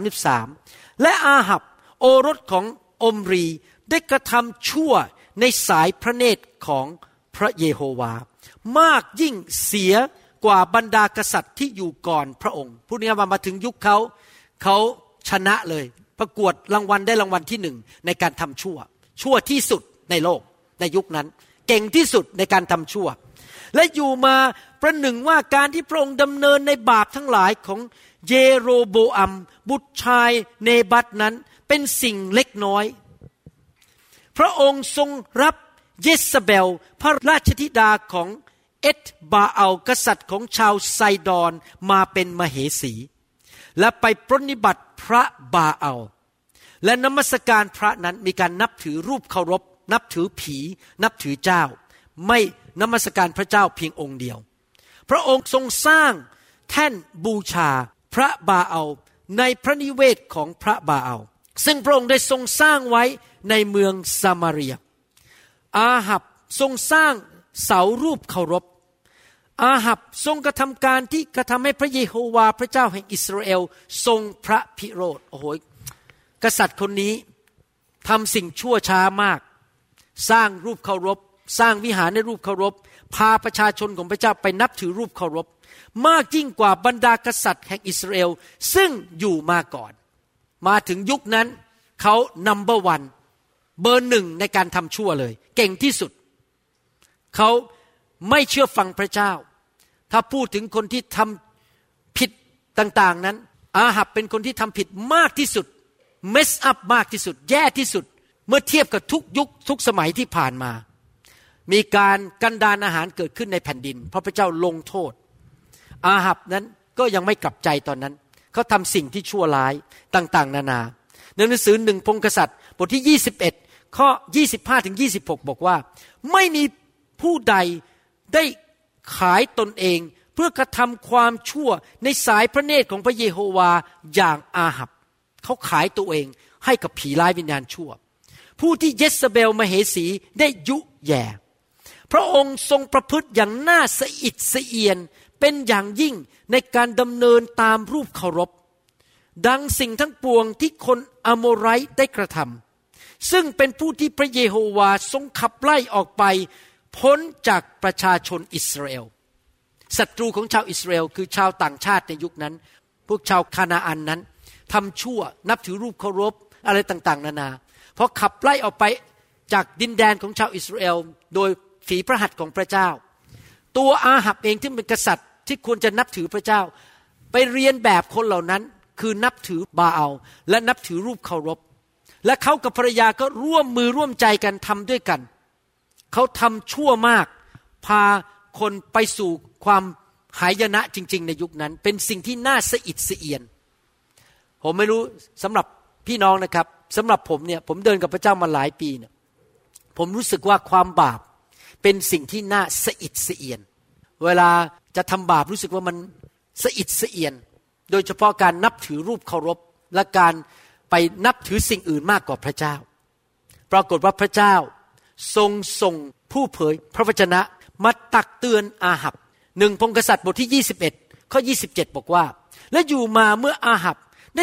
33และอาหับโอรสของอมรีได้กระทำชั่วในสายพระเนตรของพระเยโฮวามากยิ่งเสียกว่าบรรดากษัตริย์ที่อยู่ก่อนพระองค์พูดง่ายๆมาถึงยุคเขาชนะเลยประกวดรางวัลได้รางวัลที่1ในการทำชั่วที่สุดในโลกในยุคนั้นเก่งที่สุดในการทำชั่วและอยู่มาประหนึ่งว่าการที่พระองค์ดำเนินในบาปทั้งหลายของเยโรโบอัมบุตรชายเนบัตนั้นเป็นสิ่งเล็กน้อยพระองค์ทรงรับเยซาเบลพระราชธิดาของเอตบาอัลกษัตริย์ของชาวไซดอนมาเป็นมเหสีและไปปรนนิบัติพระบาอัลและนมัสการพระนั้นมีการนับถือรูปเคารพนับถือผีนับถือเจ้าไม่นมัสการพระเจ้าเพียงองค์เดียวพระองค์ทรงสร้างแท่นบูชาพระบาอัลในพระนิเวศของพระบาอัลซึ่งพระองค์ได้ทรงสร้างไว้ในเมืองซามารียอาหับทรงสร้างเสารูปเคารพอาหับทรงกระทำการที่กระทำให้พระเยโฮวาพระเจ้าแห่งอิสราเอลทรงพระพิโรธโอ้โหกษัตริย์คนนี้ทำสิ่งชั่วช้ามากสร้างรูปเคารพสร้างวิหารในรูปเคารพพาประชาชนของพระเจ้าไปนับถือรูปเคารพมากยิ่งกว่าบรรดากษัตริย์แห่งอิสราเอลซึ่งอยู่มาก่อนมาถึงยุคนั้นเขานัมเบอร์วันเบอร์หนึ่งในการทำชั่วเลยเก่งที่สุดเขาไม่เชื่อฟังพระเจ้าถ้าพูดถึงคนที่ทำผิดต่างๆนั้นอาหับเป็นคนที่ทำผิดมากที่สุดเมสอัพมากที่สุดแย่ที่สุดเมื่อเทียบกับทุกยุคทุกสมัยที่ผ่านมามีการกันดารอาหารเกิดขึ้นในแผ่นดินเพราะพระเจ้าลงโทษอาหับนั้นก็ยังไม่กลับใจตอนนั้นเขาทำสิ่งที่ชั่วร้ายต่างๆนานาในหนังสือหนึ่งพงศ์กษัตริย์บทที่21ข้อ25ถึง26บอกว่าไม่มีผู้ใดได้ขายตนเองเพื่อกระทำความชั่วในสายพระเนตรของพระเยโฮวาอย่างอาหับเขาขายตัวเองให้กับผีร้ายวิญญาณชั่วผู้ที่เยซาเบลมเหสีได้ยุแย่พระองค์ทรงประพฤติอย่างน่าสะอิดสะเอียนเป็นอย่างยิ่งในการดำเนินตามรูปเคารพดังสิ่งทั้งปวงที่คนอโมไรต์ได้กระทำซึ่งเป็นผู้ที่พระเยโฮวาทรงขับไล่ออกไปพ้นจากประชาชนอิสราเอลศัตรูของชาวอิสราเอลคือชาวต่างชาติในยุคนั้นพวกชาวคานาอันนั้นทำชั่วนับถือรูปเคารพอะไรต่างๆนานาพอขับไล่ออกไปจากดินแดนของชาวอิสราเอลโดยฝีพระหัตถ์ของพระเจ้าตัวอาหับเองที่เป็นกษัตริย์ที่ควรจะนับถือพระเจ้าไปเรียนแบบคนเหล่านั้นคือนับถือบาอัลและนับถือรูปเคารพและเขากับภรรยาก็ร่วมมือร่วมใจกันทำด้วยกันเขาทำชั่วมากพาคนไปสู่ความหายนะจริงๆในยุคนั้นเป็นสิ่งที่น่าสะอิดสะเอียนผมไม่รู้สำหรับพี่น้องนะครับสำหรับผมเนี่ยผมเดินกับพระเจ้ามาหลายปีเนี่ยผมรู้สึกว่าความบาปเป็นสิ่งที่น่าสะอิดสะเอียนเวลาจะทำบาปรู้สึกว่ามันสะอิดสะเอียนโดยเฉพาะการนับถือรูปเคารพและการไปนับถือสิ่งอื่นมากกว่าพระเจ้าปรากฏว่าพระเจ้าทรงส่งผู้เผยพระวจนะมาตักเตือนอาหับ1พงศ์กษัตริย์บทที่21ข้อ27บอกว่าและอยู่มาเมื่ออาหับ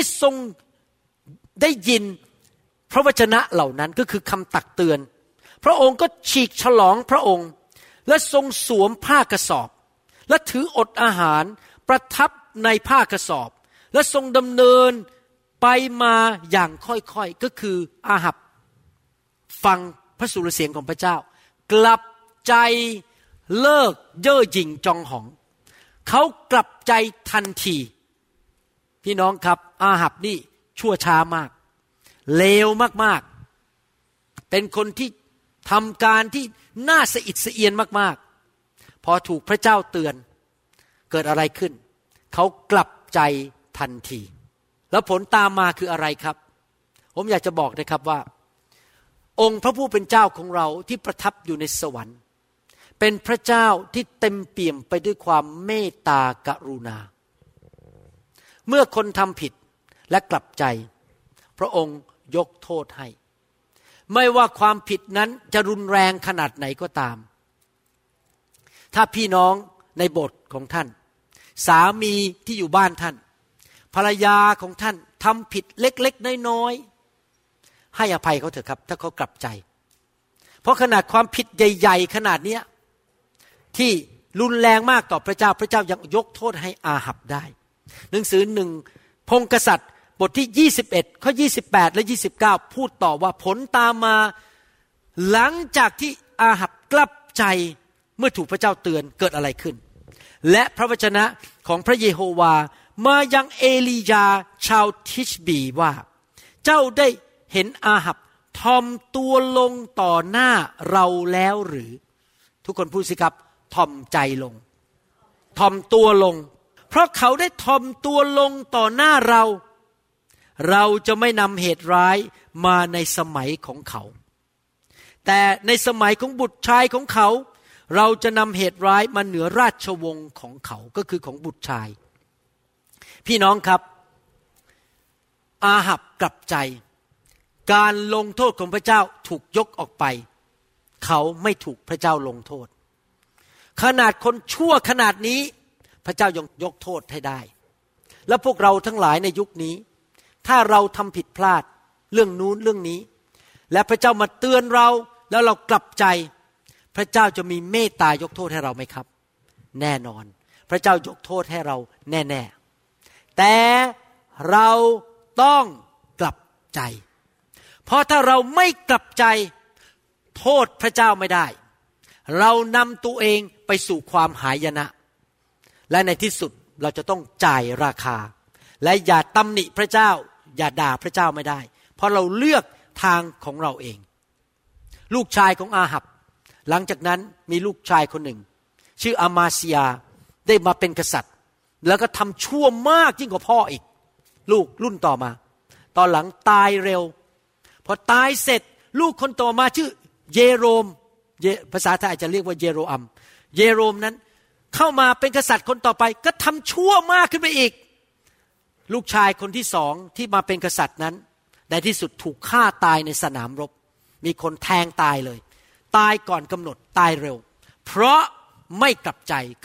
ได้ยินพระวจนะเหล่านั้นก็คือคำตักเตือนพระองค์ก็ฉีกฉลองพระองค์และทรงสวมผ้ากระสอบและถืออดอาหารประทับในผ้ากระสอบและทรงดำเนินไปมาอย่างค่อยๆก็คืออาหับฟังพระสุรเสียงของพระเจ้ากลับใจเลิกเย่อหยิ่งจองหองเขากลับใจทันทีพี่น้องครับอาหับนี่ชั่วช้ามากเลวมากๆเป็นคนที่ทำการที่น่าสะอิดสะเอียนมากๆพอถูกพระเจ้าเตือนเกิดอะไรขึ้นเขากลับใจทันทีแล้วผลตามมาคืออะไรครับผมอยากจะบอกนะครับว่าองค์พระผู้เป็นเจ้าของเราที่ประทับอยู่ในสวรรค์เป็นพระเจ้าที่เต็มเปี่ยมไปด้วยความเมตตากรุณาเมื่อคนทำผิดและกลับใจพระองค์ยกโทษให้ไม่ว่าความผิดนั้นจะรุนแรงขนาดไหนก็ตามถ้าพี่น้องในโบสถ์ของท่านสามีที่อยู่บ้านท่านภรรยาของท่านทำผิดเล็กๆน้อยๆให้อภัยเขาเถอะครับถ้าเขากลับใจเพราะขนาดความผิดใหญ่ๆขนาดนี้ที่รุนแรงมากต่อพระเจ้าพระเจ้ายังยกโทษให้อาหับได้หนังสือ1พงศ์กษัตริย์บทที่21ข้อ28และ29พูดต่อว่าผลตามมาหลังจากที่อาหับกลับใจเมื่อถูกพระเจ้าเตือนเกิดอะไรขึ้นและพระวจนะของพระเยโฮวามายังเอลียาชาวทิชบีว่าเจ้าได้เห็นอาหับทอมตัวลงต่อหน้าเราแล้วหรือทุกคนพูดสิครับทอมใจลงทอมตัวลงเพราะเขาได้ทอมตัวลงต่อหน้าเราจะไม่นำเหตุร้ายมาในสมัยของเขาแต่ในสมัยของบุตรชายของเขาเราจะนำเหตุร้ายมาเหนือราชวงศ์ของเขาก็คือของบุตรชายพี่น้องครับอาหับกลับใจการลงโทษของพระเจ้าถูกยกออกไปเขาไม่ถูกพระเจ้าลงโทษขนาดคนชั่วขนาดนี้พระเจ้ายังยกโทษให้ได้และพวกเราทั้งหลายในยุคนี้ถ้าเราทำผิดพลาดเรื่องนู้นเรื่องนี้และพระเจ้ามาเตือนเราแล้วเรากลับใจพระเจ้าจะมีเมตตายกโทษให้เราไหมครับแน่นอนพระเจ้ายกโทษให้เราแน่ๆแต่เราต้องกลับใจเพราะถ้าเราไม่กลับใจโทษพระเจ้าไม่ได้เรานำตัวเองไปสู่ความหายนะและในที่สุดเราจะต้องจ่ายราคาและอย่าตำหนิพระเจ้าอย่าด่าพระเจ้าไม่ได้เพราะเราเลือกทางของเราเองลูกชายของอาหับหลังจากนั้นมีลูกชายคนหนึ่งชื่ออามาเซียได้มาเป็นกษัตริย์แล้วก็ทำชั่วมากยิ่งกว่าพ่ออีกลูกรุ่นต่อมาตอนหลังตายเร็วพอตายเสร็จลูกคนต่อมาชื่อเยโรมภาษาไทยอาจจะเรียกว่าเยโรอัมเยโรมนั้นเข้ามาเป็นกษัตริย์คนต่อไปก็ทำชั่วมากขึ้นไปอีกลูกชายคนที่สองที่มาเป็นกษัตริย์นั้นในที่สุดถูกฆ่าตายในสนามรบมีคนแทงตายเลยตายก่อนกำหนดตายเร็วเพราะไม่กลับใจก็เลย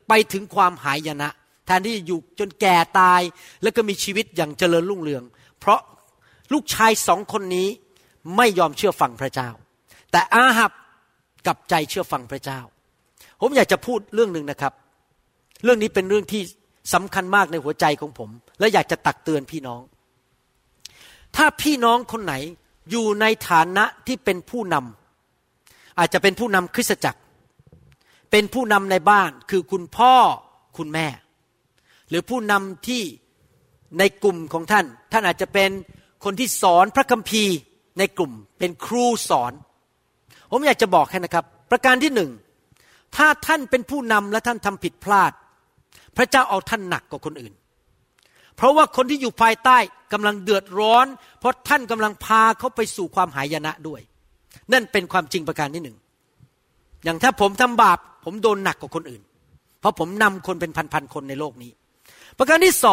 ไปถึงความหายนะแทนที่จะอยู่จนแก่ตายแล้วก็มีชีวิตอย่างเจริญรุ่งเรืองเพราะลูกชาย2 คนนี้ไม่ยอมเชื่อฟังพระเจ้าแต่อาหับกลับใจเชื่อฟังพระเจ้าผมอยากจะพูดเรื่องนึงนะครับเรื่องนี้เป็นเรื่องที่สำคัญมากในหัวใจของผมและอยากจะตักเตือนพี่น้องถ้าพี่น้องคนไหนอยู่ในฐานะที่เป็นผู้นำอาจจะเป็นผู้นำคริสตจักรเป็นผู้นำในบ้านคือคุณพ่อคุณแม่หรือผู้นำที่ในกลุ่มของท่านท่านอาจจะเป็นคนที่สอนพระคัมภีร์ในกลุ่มเป็นครูสอนผมอยากจะบอกให้นะครับประการที่1ถ้าท่านเป็นผู้นำและท่านทำผิดพลาดพระเจ้าเอาท่านหนักกว่าคนอื่นเพราะว่าคนที่อยู่ภายใต้กำลังเดือดร้อนเพราะท่านกำลังพาเขาไปสู่ความหายนะด้วยนั่นเป็นความจริงประการที่1อย่างถ้าผมทำบาปผมโดนหนักกว่าคนอื่นเพราะผมนำคนเป็นพันๆคนในโลกนี้ประการที่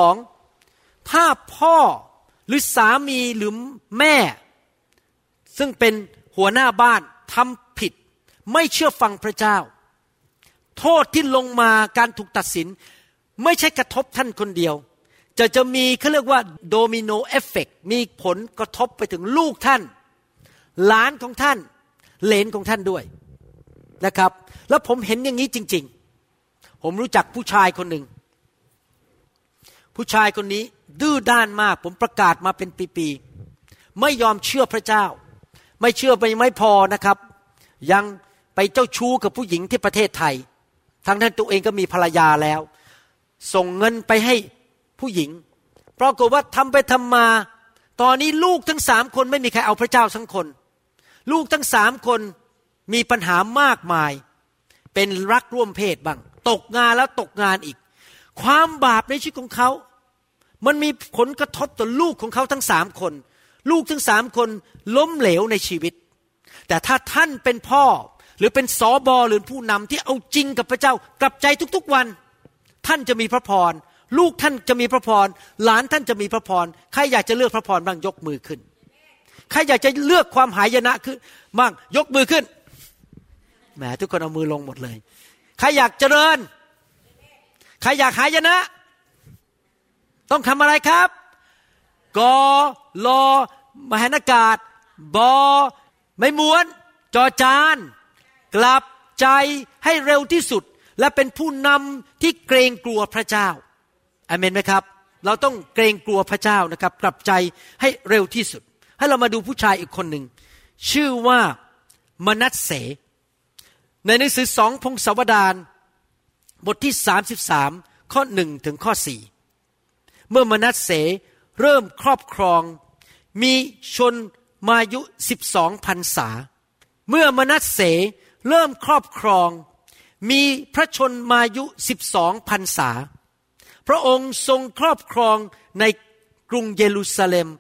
2ถ้าพ่อหรือสามีหรือแม่ซึ่งเป็นหัวหน้าบ้านทำผิดไม่เชื่อฟังพระเจ้าโทษที่ลงมาการถูกตัดสินไม่ใช่กระทบท่านคนเดียวจะมีเขาเรียกว่าโดมิโนเอฟเฟกต์มีผลกระทบไปถึงลูกท่านหลานของท่านเหลนของท่านด้วยนะครับแล้วผมเห็นอย่างนี้จริงๆผมรู้จักผู้ชายคนหนึ่งผู้ชายคนนี้ดื้อด้านมากผมประกาศมาเป็นปีๆไม่ยอมเชื่อพระเจ้าไม่เชื่อไปไม่พอนะครับยังไปเจ้าชู้กับผู้หญิงที่ประเทศไทยทั้งที่ตัวเองก็มีภรรยาแล้วส่งเงินไปให้ผู้หญิงปรากฏว่าทำไปทำมาตอนนี้ลูกทั้ง3 คนไม่มีใครเอาพระเจ้าทั้งคนลูกทั้ง3 คนมีปัญหามากมายเป็นรักร่วมเพศบ้างตกงานแล้วตกงานอีกความบาปในชีวิตของเขามันมีผลกระทบต่อลูกของเขาทั้ง3 คนลูกทั้ง3 คนล้มเหลวในชีวิตแต่ถ้าท่านเป็นพ่อหรือเป็นสบหรือผู้นำที่เอาจริงกับพระเจ้ากลับใจทุกๆวันท่านจะมีพระพรลูกท่านจะมีพระพรหลานท่านจะมีพระพรใครอยากจะเลือกพระพรบ้างยกมือขึ้นใครอยากจะเลือกความหายนะขึ้นบ้างยกมือขึ้นแหมทุกคนเอามือลงหมดเลยใครอยากเจริญใครอยากหายนะต้องทำอะไรครับกลมหานากาศบไม่ม้วนจอจานกลับใจให้เร็วที่สุดและเป็นผู้นำที่เกรงกลัวพระเจ้าอาเมนไหมครับเราต้องเกรงกลัวพระเจ้านะครับกลับใจให้เร็วที่สุดให้เรามาดูผู้ชายอีกคนหนึ่งชื่อว่ามนัสเสในหนังสือ2 พงศาวดารบทที่33ข้อ1ถึงข้อ4เมื่อมนัสเสเริ่มครอบครองมีชนมายุ12 พรรษาเมื่อมนัสเสเริ่มครอบครองมีพระชนมายุ12 พรรษาพระองค์ทรงครอบครองในกรุงเยรูซาเล็ม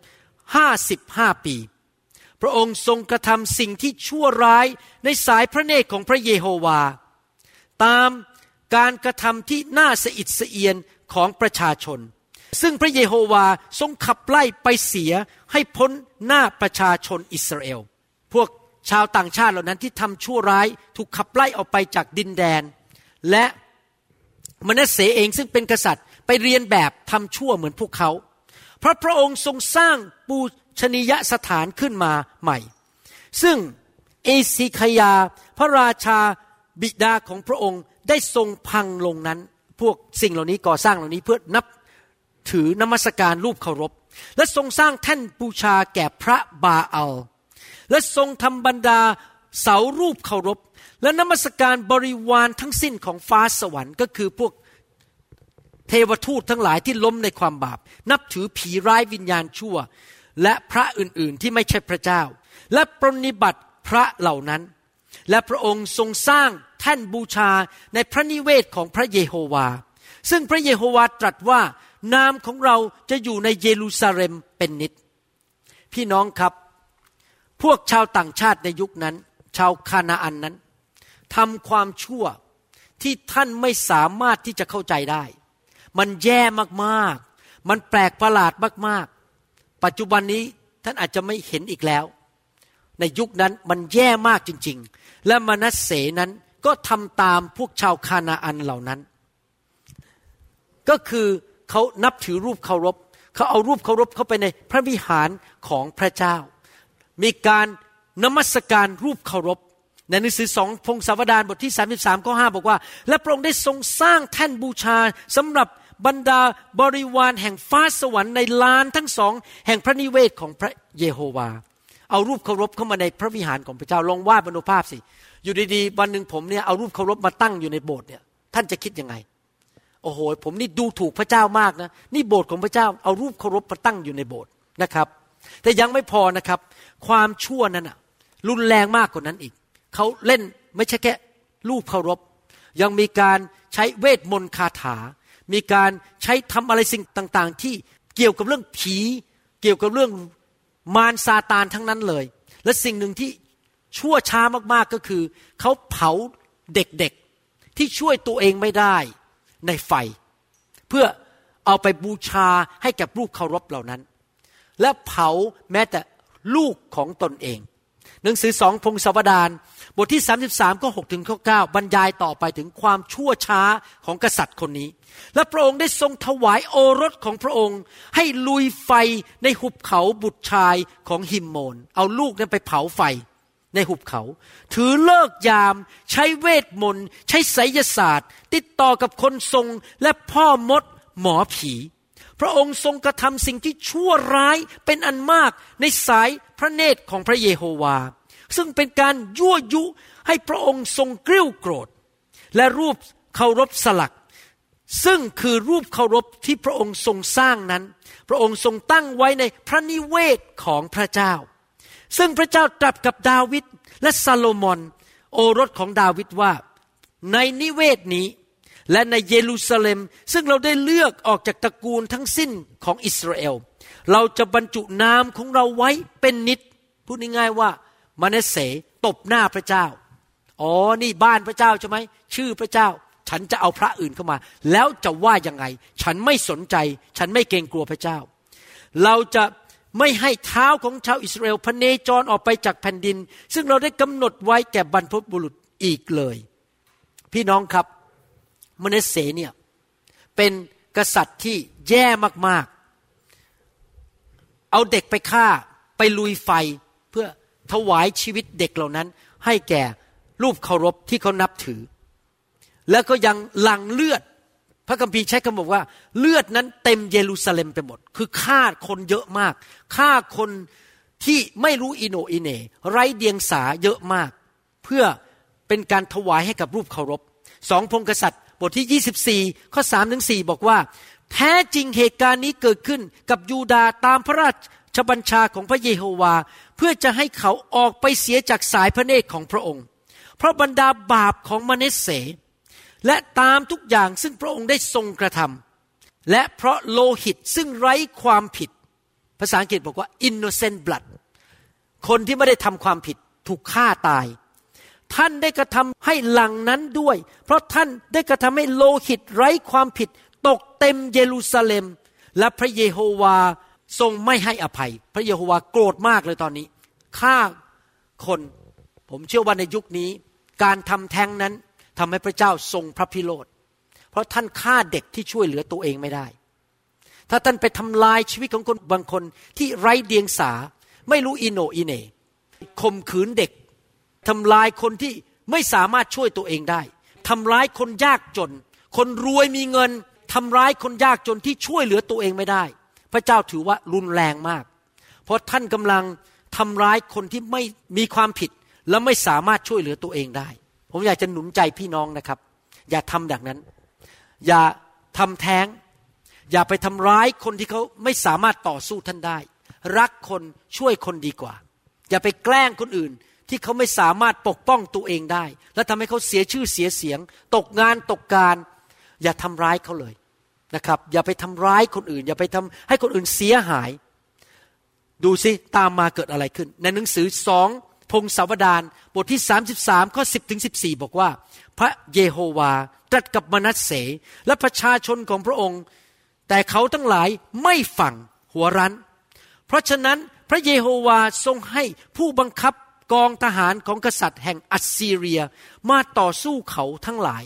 55 ปีพระองค์ทรงกระทำสิ่งที่ชั่วร้ายในสายพระเนตรของพระเยโฮวาตามการกระทำที่น่าสะอิดสะเอียนของประชาชนซึ่งพระเยโฮวาทรงขับไล่ไปเสียให้พ้นหน้าประชาชนอิสราเอลพวกชาวต่างชาติเหล่านั้นที่ทำชั่วร้ายถูกขับไล่ออกไปจากดินแดนและมนัสเสเองซึ่งเป็นกษัตริย์ไปเรียนแบบทำชั่วเหมือนพวกเขาเพราะพระองค์ทรงสร้างปูชนียสถานขึ้นมาใหม่ซึ่งเอซีคยาพระราชาบิดาของพระองค์ได้ทรงพังลงนั้นพวกสิ่งเหล่านี้ก่อสร้างเหล่านี้เพื่อนับถือนมัสการรูปเคารพและทรงสร้างแท่นบูชาแก่พระบาอัลและทรงทำบรรดาเสารูปเคารพและนมัสการบริวารทั้งสิ้นของฟ้าสวรรค์ก็คือพวกเทวทูตทั้งหลายที่ล้มในความบาปนับถือผีร้ายวิญญาณชั่วและพระอื่นๆที่ไม่ใช่พระเจ้าและปรนนิบัติพระเหล่านั้นและพระองค์ทรงสร้างแท่นบูชาในพระนิเวศของพระเยโฮวาซึ่งพระเยโฮวาตรัสว่านามของเราจะอยู่ในเยรูซาเล็มเป็นนิจพี่น้องครับพวกชาวต่างชาติในยุคนั้นชาวคานาอันนั้นทำความชั่วที่ท่านไม่สามารถที่จะเข้าใจได้มันแย่มากๆมันแปลกประหลาดมากๆปัจจุบันนี้ท่านอาจจะไม่เห็นอีกแล้วในยุคนั้นมันแย่มากจริงๆและมนัสเสนั้นก็ทำตามพวกชาวคานาอันเหล่านั้นก็คือเขานับถือรูปเคารพเขาเอารูปเคารพเข้าไปในพระวิหารของพระเจ้ามีการนมัสการรูปเคารพในหนังสือ2พงศาวดารบทที่33ข้อ5บอกว่าและพระองค์ได้ทรงสร้างแท่นบูชาสำหรับบรรดาบริวารแห่งฟ้าสวรรค์ในลานทั้งสองแห่งพระนิเวศของพระเยโฮวาเอารูปเคารพเข้ามาในพระวิหารของพระเจ้าลองวาดบรรณภาพสิอยู่ดีๆวันหนึ่งผมเนี่ยเอารูปเคารพมาตั้งอยู่ในโบสถ์เนี่ยท่านจะคิดยังไงโอ้โหผมนี่ดูถูกพระเจ้ามากนะนี่โบสถ์ของพระเจ้าเอารูปเคารพมาตั้งอยู่ในโบสถ์นะครับแต่ยังไม่พอนะครับความชั่วนั้นรุนแรงมากกว่านั้นอีกเขาเล่นไม่ใช่แค่รูปเคารพยังมีการใช้เวทมนต์คาถามีการใช้ทำอะไรสิ่งต่างๆที่เกี่ยวกับเรื่องผีเกี่ยวกับเรื่องมารซาตานทั้งนั้นเลยและสิ่งหนึ่งที่ชั่วช้ามากๆก็คือเขาเผาเด็กๆที่ช่วยตัวเองไม่ได้ในไฟเพื่อเอาไปบูชาให้กับรูปเคารพเหล่านั้นและเผาแม้แต่ลูกของตนเองหนังสือ2พงศาวดารบทที่33ข้อ6ถึงข้อ9บรรยายต่อไปถึงความชั่วช้าของกษัตริย์คนนี้และพระองค์ได้ทรงถวายโอรสของพระองค์ให้ลุยไฟในหุบเขาบุตรชายของฮิมโมนเอาลูกนั้นไปเผาไฟในหุบเขาถือเลิกยามใช้เวทมนต์ใช้ไสยศาสตร์ติดต่อกับคนทรงและพ่อมดหมอผีพระองค์ทรงกระทำสิ่งที่ชั่วร้ายเป็นอันมากในสายพระเนตรของพระเยโฮวาซึ่งเป็นการยั่วยุให้พระองค์ทรงกริ้วโกรธและรูปเคารพสลักซึ่งคือรูปเคารพที่พระองค์ทรงสร้างนั้นพระองค์ทรงตั้งไว้ในพระนิเวศของพระเจ้าซึ่งพระเจ้าตรัสกับดาวิดและซาโลมอนโอรสของดาวิดว่าในนิเวศนี้และในเยรูซาเล็มซึ่งเราได้เลือกออกจากตระกูลทั้งสิ้นของอิสราเอลเราจะบรรจุนามของเราไว้เป็นนิจพูดง่ายๆว่ามนัสเสตบหน้าพระเจ้าอ๋อนี่บ้านพระเจ้าใช่ไหมชื่อพระเจ้าฉันจะเอาพระอื่นเข้ามาแล้วจะว่ายังไงฉันไม่สนใจฉันไม่เกรงกลัวพระเจ้าเราจะไม่ให้เท้าของชาวอิสราเอลพเนจรออกไปจากแผ่นดินซึ่งเราได้กำหนดไว้แก่บรรพบุรุษอีกเลยพี่น้องครับมนัสเสเนี่ยเป็นกษัตริย์ที่แย่มากๆเอาเด็กไปฆ่าไปลุยไฟเพื่อถวายชีวิตเด็กเหล่านั้นให้แก่รูปเคารพที่เขานับถือแล้วก็ยังหลั่งเลือดพระคัมภีร์ใช้คำบอกว่าเลือดนั้นเต็มเยรูซาเล็มไปหมดคือฆ่าคนเยอะมากฆ่าคนที่ไม่รู้อิโหนอิเหน่ไร้เดียงสาเยอะมากเพื่อเป็นการถวายให้กับรูปเคารพ2พงศ์กษัตริย์บทที่24ข้อ3ถึง4บอกว่าแท้จริงเหตุการณ์นี้เกิดขึ้นกับยูดาห์ตามพระราชบัญชาของพระเยโฮวาเพื่อจะให้เขาออกไปเสียจากสายพระเนตรของพระองค์เพราะบรรดาบาปของมนัสเสและตามทุกอย่างซึ่งพระองค์ได้ทรงกระทำและเพราะโลหิตซึ่งไร้ความผิดภาษาอังกฤษบอกว่า innocent blood คนที่ไม่ได้ทำความผิดถูกฆ่าตายท่านได้กระทำให้หลังนั้นด้วยเพราะท่านได้กระทำให้โลหิตไร้ความผิดตกเต็มเยรูซาเล็มและพระเยโฮวาทรงไม่ให้อภัยพระเยโฮวาโกรธมากเลยตอนนี้ฆ่าคนผมเชื่อว่าในยุคนี้การทำแท้งนั้นทำให้พระเจ้าทรงพระพิโรธเพราะท่านฆ่าเด็กที่ช่วยเหลือตัวเองไม่ได้ถ้าท่านไปทำลายชีวิตของคนบางคนที่ไร้เดียงสาไม่รู้อิโหนอิเหน่ข่มขืนเด็กทำลายคนที่ไม่สามารถช่วยตัวเองได้ทำร้ายคนยากจนคนรวยมีเงินทำร้ายคนยากจนที่ช่วยเหลือตัวเองไม่ได้พระเจ้าถือว่ารุนแรงมากเพราะท่านกำลังทำร้ายคนที่ไม่มีความผิดและไม่สามารถช่วยเหลือตัวเองได้ผมอยากจะหนุนใจพี่น้องนะครับอย่าทำแบบนั้นอย่าทำแท้งอย่าไปทำร้ายคนที่เขาไม่สามารถต่อสู้ท่านได้รักคนช่วยคนดีกว่าอย่าไปแกล้งคนอื่นที่เขาไม่สามารถปกป้องตัวเองได้และทำให้เขาเสียชื่อเสียเสียงตกงานตกการอย่าทำร้ายเขาเลยนะครับอย่าไปทำร้ายคนอื่นอย่าไปทำให้คนอื่นเสียหายดูสิตามมาเกิดอะไรขึ้นในหนังสือ2พงศาวดารบทที่33ข้อ10ถึง14บอกว่าพระเยโฮวาตรัสกับมนัสเสและประชาชนของพระองค์แต่เขาทั้งหลายไม่ฟังหัวรั้นเพราะฉะนั้นพระเยโฮวาทรงให้ผู้บังคับกองทหารของกษัตริย์แห่งอัสซีเรียมาต่อสู้เขาทั้งหลาย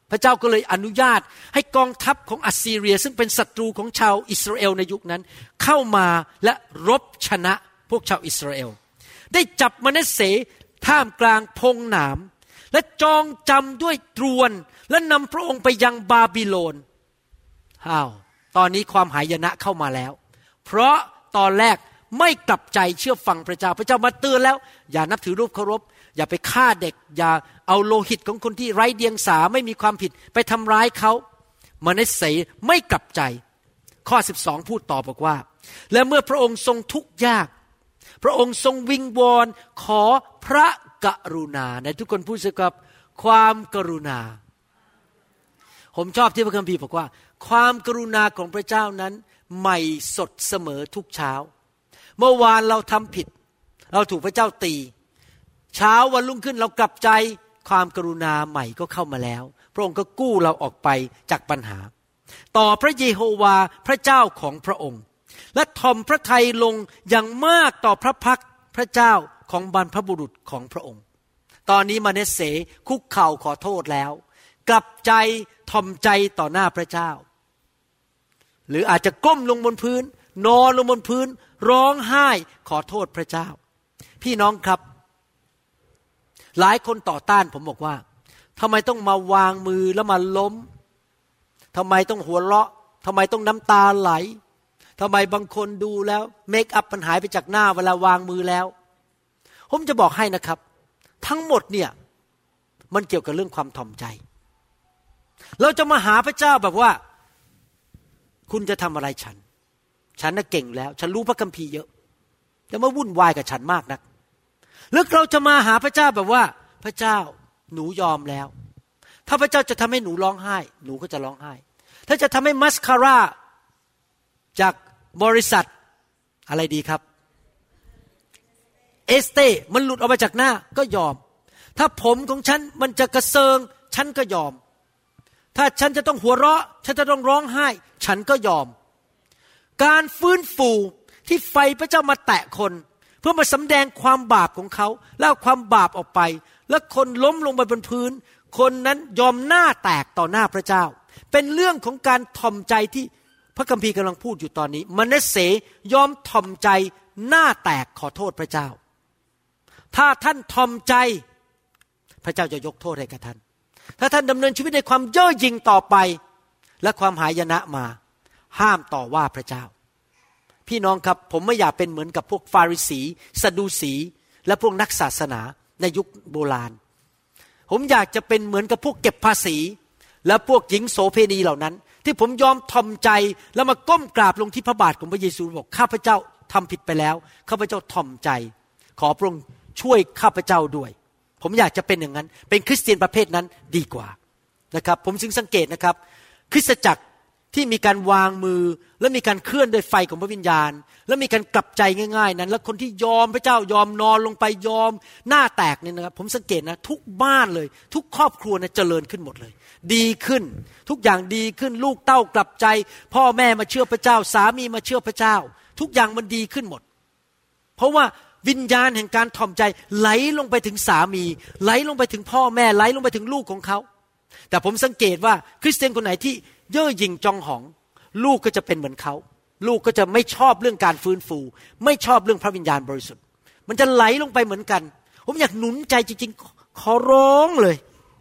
พระเจ้าก็เลยอนุญาตให้กองทัพของอัสซีเรียซึ่งเป็นศัตรูของชาวอิสราเอลในยุคนั้นเข้ามาและรบชนะพวกชาวอิสราเอลได้จับมนัสเสท่ามกลางพงหนามและจองจำด้วยตรวนและนำพระองค์ไปยังบาบิโลนตอนนี้ความหายนะเข้ามาแล้วเพราะตอนแรกไม่กลับใจเชื่อฟังพระเจ้าพระเจ้ามาเตือนแล้วอย่านับถือรูปเคารพอย่าไปฆ่าเด็กอย่าเอาโลหิตของคนที่ไร้เดียงสาไม่มีความผิดไปทำร้ายเขามนัสเสไม่กลับใจข้อ12พูดต่อบอกว่าและเมื่อพระองค์ทรงทุกข์ยากพระองค์ทรงวิงวอนขอพระกรุณาในทุกคนพูดสิครับความกรุณาผมชอบที่พระคัมภีร์บอกว่าความกรุณาของพระเจ้านั้นใหม่สดเสมอทุกเช้าเมื่อวานเราทำผิดเราถูกพระเจ้าตีเช้าวันรุ่งขึ้นเรากลับใจความกรุณาใหม่ก็เข้ามาแล้วพระองค์ก็กู้เราออกไปจากปัญหาต่อพระเยโฮวาพระเจ้าของพระองค์และทอมพระทัยลงอย่างมากต่อพระพักพระเจ้าของบรรพบุรุษของพระองค์ตอนนี้มนัสเสคุกเข่าขอโทษแล้วกลับใจทอมใจต่อหน้าพระเจ้าหรืออาจจะก้มลงบนพื้นนอนลงบนพื้นร้องไห้ขอโทษพระเจ้าพี่น้องครับหลายคนต่อต้านผมบอกว่าทำไมต้องมาวางมือแล้วมาล้มทำไมต้องหัวเราะทำไมต้องน้ำตาไหลทำไมบางคนดูแล้วเมคอัพมันหายไปจากหน้าเวลาวางมือแล้วผมจะบอกให้นะครับทั้งหมดเนี่ยมันเกี่ยวกับเรื่องความถ่อมใจเราจะมาหาพระเจ้าแบบว่าคุณจะทำอะไรฉันน่ะเก่งแล้วฉันรู้พระคัมภีร์เยอะจะมาวุ่นวายกับฉันมากนักหรือเราจะมาหาพระเจ้าแบบว่าพระเจ้าหนูยอมแล้วถ้าพระเจ้าจะทำให้หนูร้องไห้หนูก็จะร้องไห้ถ้าจะทำให้มัสคาร่าจากบริษัทอะไรดีครับเอสเต้มันหลุดออกมาจากหน้าก็ยอมถ้าผมของฉันมันจะกระเซิงฉันก็ยอมถ้าฉันจะต้องหัวเราะฉันจะต้องร้องไห้ฉันก็ยอมการฟื้นฟูที่ไฟพระเจ้ามาแตะคนเพื่อมาสำแดงความบาปของเขาแล้วความบาปออกไปแล้วคนล้มลงไปบนพื้นคนนั้นยอมหน้าแตกต่อหน้าพระเจ้าเป็นเรื่องของการถ่อมใจที่พระคัมภีร์กำลังพูดอยู่ตอนนี้มนัสเสยอมถ่อมใจหน้าแตกขอโทษพระเจ้าถ้าท่านถ่อมใจพระเจ้าจะยกโทษให้กับท่านถ้าท่านดำเนินชีวิตในความเย่อหยิ่งต่อไปและความหายนะมาห้ามต่อว่าพระเจ้าพี่น้องครับผมไม่อยากเป็นเหมือนกับพวกฟาริสีซาดูสีและพวกนักศาสนาในยุคโบราณผมอยากจะเป็นเหมือนกับพวกเก็บภาษีและพวกหญิงโสเภณีเหล่านั้นที่ผมยอมทอมใจแล้วมาก้มกราบลงที่พระบาทของพระเยซูบอกข้าพเจ้าทำผิดไปแล้วข้าพเจ้าทอมใจขอพระองค์ช่วยข้าพเจ้าด้วยผมอยากจะเป็นอย่างนั้นเป็นคริสเตียนประเภทนั้นดีกว่านะครับผมจึงสังเกตนะครับคริสตจักรที่มีการวางมือและมีการเคลื่อนด้วยไฟของพระวิญญาณและมีการกลับใจง่ายๆนั้นแล้วคนที่ยอมพระเจ้ายอมนอนลงไปยอมหน้าแตกเนี่ยนะครับผมสังเกตนะทุกบ้านเลยทุกครอบครัวเนี่ยเจริญขึ้นหมดเลยดีขึ้นทุกอย่างดีขึ้นลูกเต้ากลับใจพ่อแม่มาเชื่อพระเจ้าสามีมาเชื่อพระเจ้าทุกอย่างมันดีขึ้นหมดเพราะว่าวิญญาณแห่งการถ่อมใจไหลลงไปถึงสามีไหลลงไปถึงพ่อแม่ไหลลงไปถึงลูกของเขาแต่ผมสังเกตว่าคริสเตียนคนไหนที่เย่อหยิ่งจองหองลูกก็จะเป็นเหมือนเขาลูกก็จะไม่ชอบเรื่องการฟื้นฟูไม่ชอบเรื่องพระวิญญาณบริสุทธิ์มันจะไหลลงไปเหมือนกันผมอยากหนุนใจจริงๆขอร้องเลย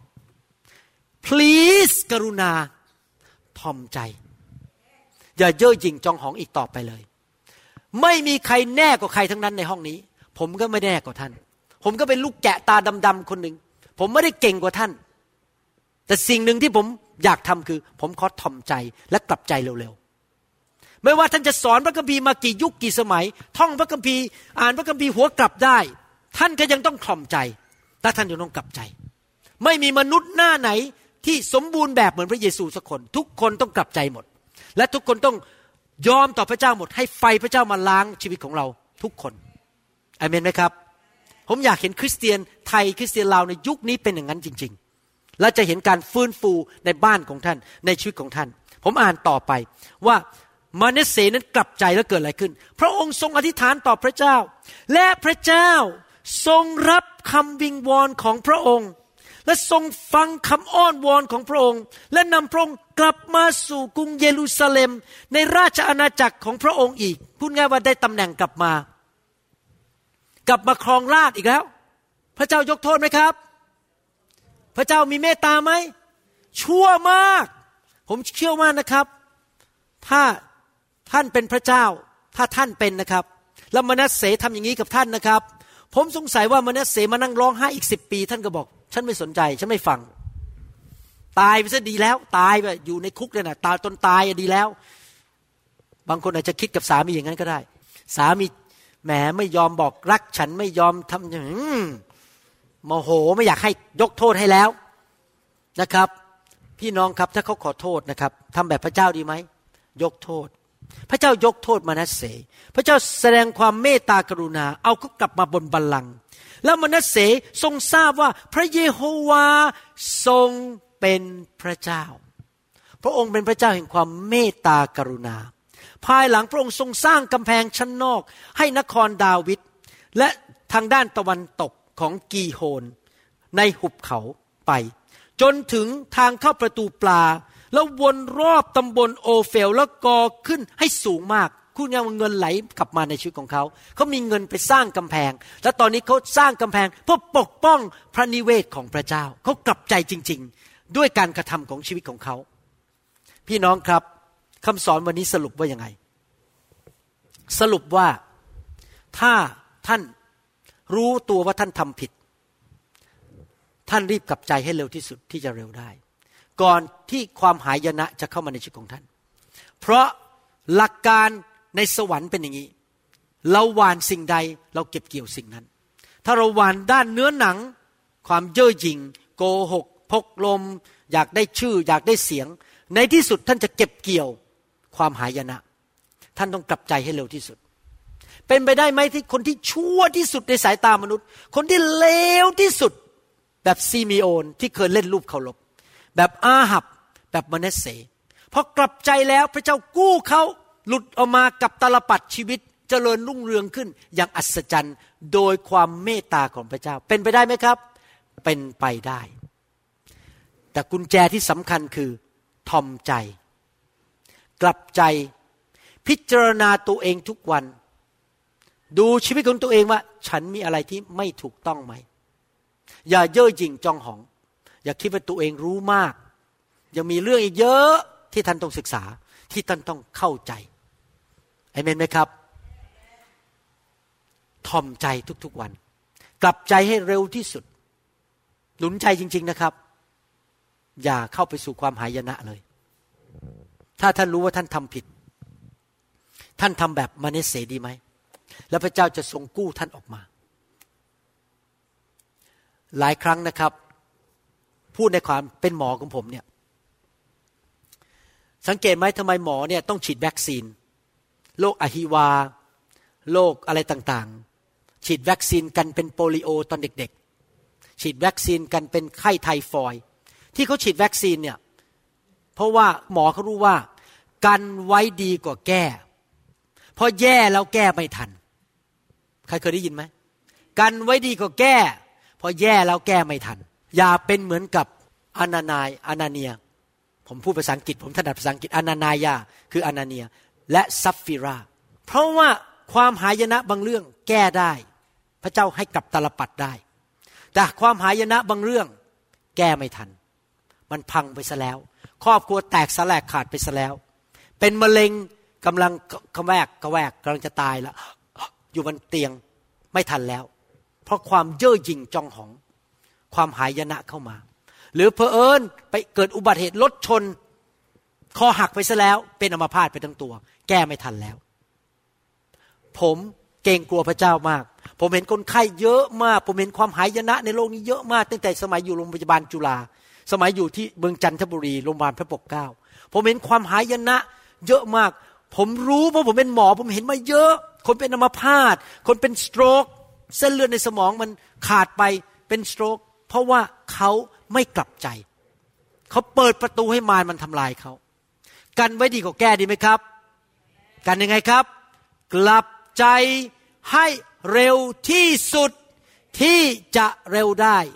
please กรุณาถ่อมใจอย่าเย่อหยิ่งจองหองอีกต่อไปเลยไม่มีใครแน่กว่าใครทั้งนั้นในห้องนี้ผมก็ไม่แน่กว่าท่านผมก็เป็นลูกแกะตาดำๆคนหนึ่งผมไม่ได้เก่งกว่าท่านแต่สิ่งหนึ่งที่ผมอยากทำคือผมขอถ่อมใจและกลับใจเร็วๆไม่ว่าท่านจะสอนพระคัมภีร์มากี่ยุคกี่สมัยท่องพระคัมภีร์อ่านพระคัมภีร์หัวกลับได้ท่านก็ยังต้องถ่อมใจและท่านยังต้องกลับใจไม่มีมนุษย์หน้าไหนที่สมบูรณ์แบบเหมือนพระเยซูสักคนทุกคนต้องกลับใจหมดและทุกคนต้องยอมต่อพระเจ้าหมดให้ไฟพระเจ้ามาล้างชีวิตของเราทุกคนอาเมนไหมครับผมอยากเห็นคริสเตียนไทยคริสเตียนลาวในยุคนี้เป็นอย่างนั้นจริงๆและจะเห็นการฟื้นฟูในบ้านของท่านในชีวิตของท่านผมอ่านต่อไปว่ามนัสเสนั้นกลับใจแล้วเกิดอะไรขึ้นพระองค์ทรงอธิษฐานต่อพระเจ้าและพระเจ้าทรงรับคำวิงวอนของพระองค์และทรงฟังคำอ้อนวอนของพระองค์และนำพระองค์กลับมาสู่กรุงเยรูซาเล็มในราชอาณาจักรของพระองค์อีกพูดง่ายว่าได้ตำแหน่งกลับมาครองราชย์อีกแล้วพระเจ้ายกโทษไหมครับพระเจ้ามีเมตตาไหมชั่วมากผมเชื่อมากนะครับถ้าท่านเป็นพระเจ้าถ้าท่านเป็นนะครับแล้วมนัสเสทำอย่างนี้กับท่านนะครับผมสงสัยว่ามนัสเสมานั่งร้องไห้อีก10 ปีท่านก็บอกฉันไม่สนใจฉันไม่ฟังตายไปซะดีแล้วตายไปอยู่ในคุกเนี่ยนะตายจนตายดีแล้วบางคนอาจจะคิดกับสามีอย่างนั้นก็ได้สามีแหมไม่ยอมบอกรักฉันไม่ยอมทำโมโหไม่อยากให้ยกโทษให้แล้วนะครับพี่น้องครับถ้าเขาขอโทษนะครับทำแบบพระเจ้าดีไหมยกโทษพระเจ้ายกโทษมนัสเสพระเจ้าแสดงความเมตตากรุณาเอาเขากลับมาบนบัลลังก์แล้วมนัสเสทรงทราบว่าพระเยโฮวาทรงเป็นพระเจ้าพระองค์เป็นพระเจ้าแห่งความเมตตากรุณาภายหลังพระองค์ทรงสร้างกำแพงชั้นนอกให้นครดาวิดและทางด้านตะวันตกของกีโฮนในหุบเขาไปจนถึงทางเข้าประตูปลาแล้ววนรอบตำบลโอเฟลแล้วก่อขึ้นให้สูงมากคุณยังเงินไหลกลับมาในชีวิตของเขามีเงินไปสร้างกำแพงและตอนนี้เขาสร้างกำแพงเพื่อปกป้องพระนิเวศของพระเจ้าเขากลับใจจริงๆด้วยการกระทำของชีวิตของเขาพี่น้องครับคำสอนวันนี้สรุปว่ายังไงสรุปว่าถ้าท่านรู้ตัวว่าท่านทำผิดท่านรีบกลับใจให้เร็วที่สุดที่จะเร็วได้ก่อนที่ความหายนะจะเข้ามาในชีวิตของท่านเพราะหลักการในสวรรค์เป็นอย่างนี้เราหว่านสิ่งใดเราเก็บเกี่ยวสิ่งนั้นถ้าเราหว่านด้านเนื้อหนังความเย่อหยิ่งโกหกพกลมอยากได้ชื่ออยากได้เสียงในที่สุดท่านจะเก็บเกี่ยวความหายนะท่านต้องกลับใจให้เร็วที่สุดเป็นไปได้ไหมที่คนที่ชั่วที่สุดในสายตามนุษย์คนที่เลวที่สุดแบบซิเมโอนที่เคยเล่นรูปเคารพแบบอาหับแบบมนัสเสพอกลับใจแล้วพระเจ้ากู้เขาหลุดออกมากับตาลปัตรชีวิตเจริญรุ่งเรืองขึ้นอย่างอัศจรรย์โดยความเมตตาของพระเจ้าเป็นไปได้ไหมครับเป็นไปได้แต่กุญแจที่สำคัญคือทอมใจกลับใจพิจารณาตัวเองทุกวันดูชีวิตของตัวเองว่าฉันมีอะไรที่ไม่ถูกต้องไหมอย่าเย่อหยิ่งจองหองอย่าคิดว่าตัวเองรู้มากยังมีเรื่องอีกเยอะที่ท่านต้องศึกษาที่ท่านต้องเข้าใจอาเมนไหมครับทอมใจทุกๆวันกลับใจให้เร็วที่สุดหนุนใจจริงๆนะครับอย่าเข้าไปสู่ความหายนะเลยถ้าท่านรู้ว่าท่านทำผิดท่านทำแบบมนัสเสดีไหมแล้วพระเจ้าจะทรงกู้ท่านออกมาหลายครั้งนะครับพูดในความเป็นหมอของผมเนี่ยสังเกตไหมทำไมหมอเนี่ยต้องฉีดวัคซีนโรคอหิวาโรคอะไรต่างๆฉีดวัคซีนกันเป็นโปลิโอตอนเด็กๆฉีดวัคซีนกันเป็นไข้ไทฟอยด์ที่เขาฉีดวัคซีนเนี่ยเพราะว่าหมอเขารู้ว่ากันไว้ดีกว่าแก้พอแย่แล้วแก้ไม่ทันใครเคยได้ยินไหมกันไว้ดีกว่าแก้พอแย่แล้วแก้ไม่ทันอย่าเป็นเหมือนกับอานาเนียผมพูดภาษาอังกฤษผมถนัดภาษาอังกฤษอานาไนยาคืออานาเนียและซัฟฟิราเพราะว่าความหายนะบางเรื่องแก้ได้พระเจ้าให้กลับตาลปัตรได้แต่ความหายนะบางเรื่องแก้ไม่ทันมันพังไปซะแล้วครอบครัวแตกสลายขาดไปซะแล้วเป็นมะเร็งกำลังกระแวกกำลังจะตายแล้วอยู่บนเตียงไม่ทันแล้วเพราะความเย่อหยิ่งจองหองความหายนะเข้ามาหรือเผอิญไปเกิดอุบัติเหตุรถชนคอหักไปซะแล้วเป็นอัมพาตไปทั้งตัวแก้ไม่ทันแล้วผมเกรงกลัวพระเจ้ามากผมเห็นคนไข้เยอะมากผมเห็นความหายนะในโลกนี้เยอะมากตั้งแต่สมัยอยู่โรงพยาบาลจุฬาสมัยอยู่ที่เมืองจันทบุรีโรงพยาบาลพระปกเกล้าผมเห็นความหายนะเยอะมากผมรู้เพราะผมเป็นหมอผมเห็นมาเยอะคนเป็นอัมพาตคนเป็นสโตรกเส้นเลือดในสมองมันขาดไปเป็นสโตรกเพราะว่าเขาไม่กลับใจเขาเปิดประตูให้มารมันทำลายเขากันไว้ดีกว่าแก้ดีไหมครับกันยังไงครับกลับใจให้เร็วที่สุดที่จะเร็วได้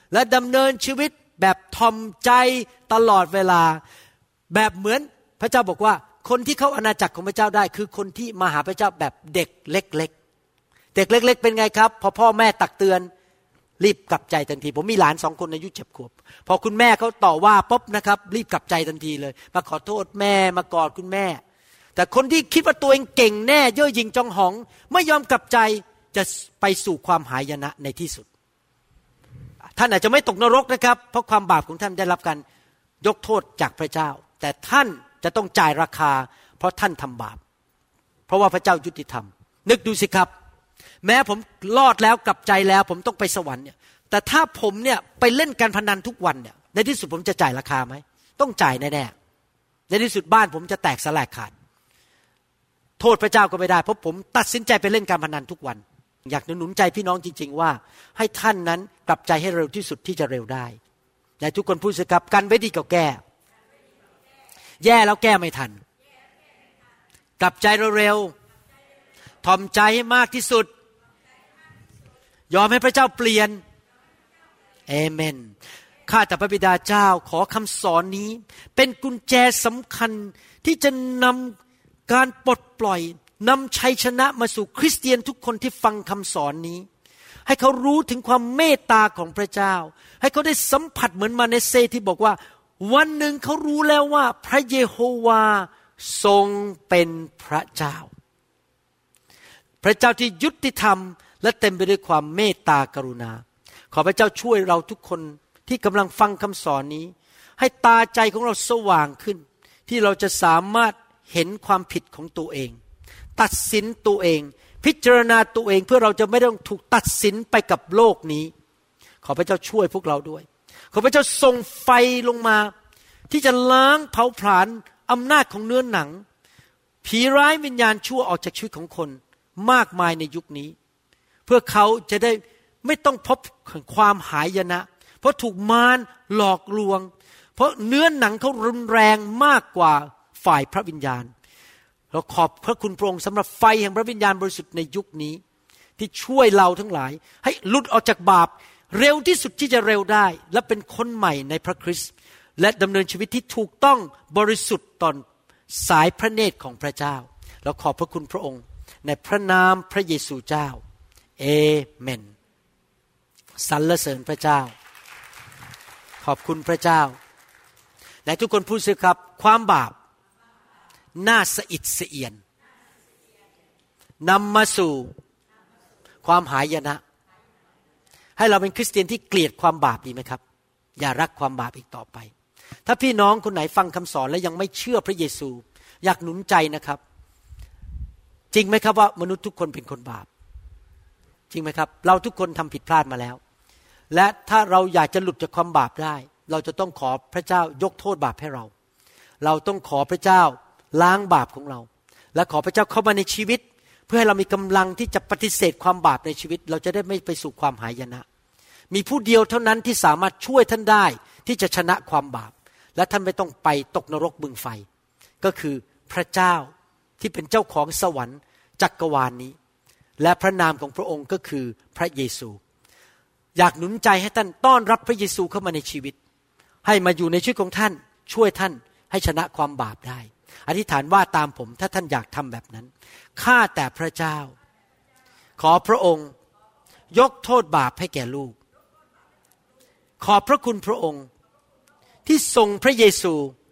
และดำเนินชีวิตแบบทอมใจตลอดเวลาแบบเหมือนพระเจ้าบอกว่าคนที่เข้าอาณาจักรของพระเจ้าได้คือคนที่มาหาพระเจ้าแบบเด็กเล็กๆเด็กเล็กๆเป็นไงครับพอพ่อแม่ตักเตือนรีบกลับใจทันทีผมมีหลาน2 คนอายุ7 ขวบพอคุณแม่เขาต่อว่าปุ๊บนะครับรีบกลับใจทันทีเลยมาขอโทษแม่มากอดคุณแม่แต่คนที่คิดว่าตัวเองเก่งแน่เย่อหยิ่งจองหองไม่ยอมกลับใจจะไปสู่ความหายนะในที่สุดท่านอาจจะไม่ตกนรกนะครับเพราะความบาปของท่านได้รับการยกโทษจากพระเจ้าแต่ท่านจะต้องจ่ายราคาเพราะท่านทำบาปเพราะว่าพระเจ้ายุติธรรมนึกดูสิครับแม้ผมรอดแล้วกลับใจแล้วผมต้องไปสวรรค์เนี่ยแต่ถ้าผมเนี่ยไปเล่นการพนันทุกวันเนี่ยในที่สุดผมจะจ่ายราคาไหมต้องจ่ายแน่ๆในที่สุดบ้านผมจะแตกสลายขาดโทษพระเจ้าก็ไม่ได้เพราะผมตัดสินใจไปเล่นการพนันทุกวันอยากหนุนใจพี่น้องจริงๆว่าให้ท่านนั้นกลับใจให้เร็วที่สุดที่จะเร็วได้ในทุกคนพูดสิครับกันไว้ดีกว่าแก้แย่แล้วแก้ไม่ทันกลับใจเร็วๆถ่อมใจให้มากที่สุดยอมให้พระเจ้าเปลี่ยนเอเมนข้าแต่พระบิดาเจ้าขอคำสอนนี้เป็นกุญแจสำคัญที่จะนำการปลดปล่อยนำชัยชนะมาสู่คริสเตียนทุกคนที่ฟังคำสอนนี้ให้เขารู้ถึงความเมตตาของพระเจ้าให้เขาได้สัมผัสเหมือนมาเนเซที่บอกว่าวันหนึ่งเขารู้แล้วว่าพระเยโฮวาทรงเป็นพระเจ้าพระเจ้าที่ยุติธรรมและเต็มไปด้วยความเมตตากรุณาขอพระเจ้าช่วยเราทุกคนที่กำลังฟังคำสอนนี้ให้ตาใจของเราสว่างขึ้นที่เราจะสามารถเห็นความผิดของตัวเองตัดสินตัวเองพิจารณาตัวเองเพื่อเราจะไม่ต้องถูกตัดสินไปกับโลกนี้ขอพระเจ้าช่วยพวกเราด้วยขอพระเจ้าส่งไฟลงมาที่จะล้างเผาผลาญอำนาจของเนื้อหนังผีร้ายวิญญาณชั่วออกจากชีวิตของคนมากมายในยุคนี้เพื่อเขาจะได้ไม่ต้องพบความหายนะเพราะถูกมารหลอกลวงเพราะเนื้อหนังเขารุนแรงมากกว่าฝ่ายพระวิญญาณเราขอบพระคุณพระองค์สำหรับไฟแห่งพระวิญญาณบริสุทธิ์ในยุคนี้ที่ช่วยเราทั้งหลายให้หลุดออกจากบาปเร็วที่สุดที่จะเร็วได้และเป็นคนใหม่ในพระคริสต์และดำเนินชีวิตที่ถูกต้องบริสุทธิ์ต่อสายพระเนตรของพระเจ้าเราขอบพระคุณพระองค์ในพระนามพระเยซูเจ้าเอเมนสรรเสริญพระเจ้าขอบคุณพระเจ้าและทุกคนพูดสิครับความบาปน่าสะอิดสะเอียนนำมาสู่ความหายนะให้เราเป็นคริสเตียนที่เกลียดความบาปดีไหมครับอย่ารักความบาปอีกต่อไปถ้าพี่น้องคนไหนฟังคำสอนและยังไม่เชื่อพระเยซูอยากหนุนใจนะครับจริงไหมครับว่ามนุษย์ทุกคนเป็นคนบาปจริงไหมครับเราทุกคนทำผิดพลาดมาแล้วและถ้าเราอยากจะหลุดจากความบาปได้เราจะต้องขอพระเจ้ายกโทษบาปให้เราต้องขอพระเจ้าล้างบาปของเราและขอพระเจ้าเข้ามาในชีวิตเพื่อให้เรามีกำลังที่จะปฏิเสธความบาปในชีวิตเราจะได้ไม่ไปสู่ความหายนะมีผู้เดียวเท่านั้นที่สามารถช่วยท่านได้ที่จะชนะความบาปและท่านไม่ต้องไปตกนรกบึงไฟก็คือพระเจ้าที่เป็นเจ้าของสวรรค์จักรวาลนี้และพระนามของพระองค์ก็คือพระเยซูอยากหนุนใจให้ท่านต้อนรับพระเยซูเข้ามาในชีวิตให้มาอยู่ในชีวิตของท่านช่วยท่านให้ชนะความบาปได้อธิษฐานว่าตามผมถ้าท่านอยากทำแบบนั้นข้าแต่พระเจ้าขอพระองค์ยกโทษบาปให้แก่ลูกขอบพระคุณพระองค์ที่ทรงพระเยซู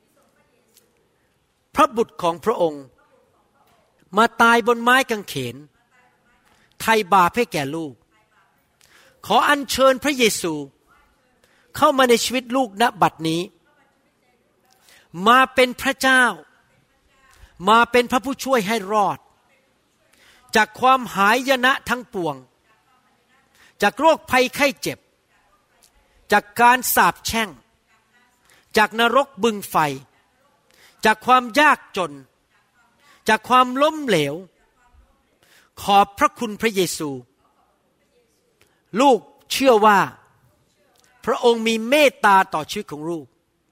พระบุตรของพระองค์มาตายบนไม้กางเขนไถ่บาปให้แก่ลูกขออัญเชิญพระเยซูเข้ามาในชีวิตลูกณบัดนี้มาเป็นพระเจ้ามาเป็นพระผู้ช่วยให้รอดจากความหายนะทั้งปวงจากโรคภัยไข้เจ็บจากการสาปแช่งจากนรกบึงไฟจากความยากจนจากความล้มเหลวขอบพระคุณพระเยซูลูกเชื่อว่าพระองค์มีเมตตาต่อชีวิตของลูก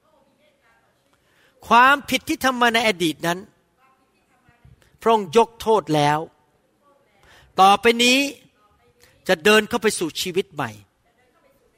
ความผิดที่ทำมาในอดีตนั้นพระองค์ยกโทษแล้วต่อไปนี้จะเดินเข้าไปสู่ชีวิตใหม่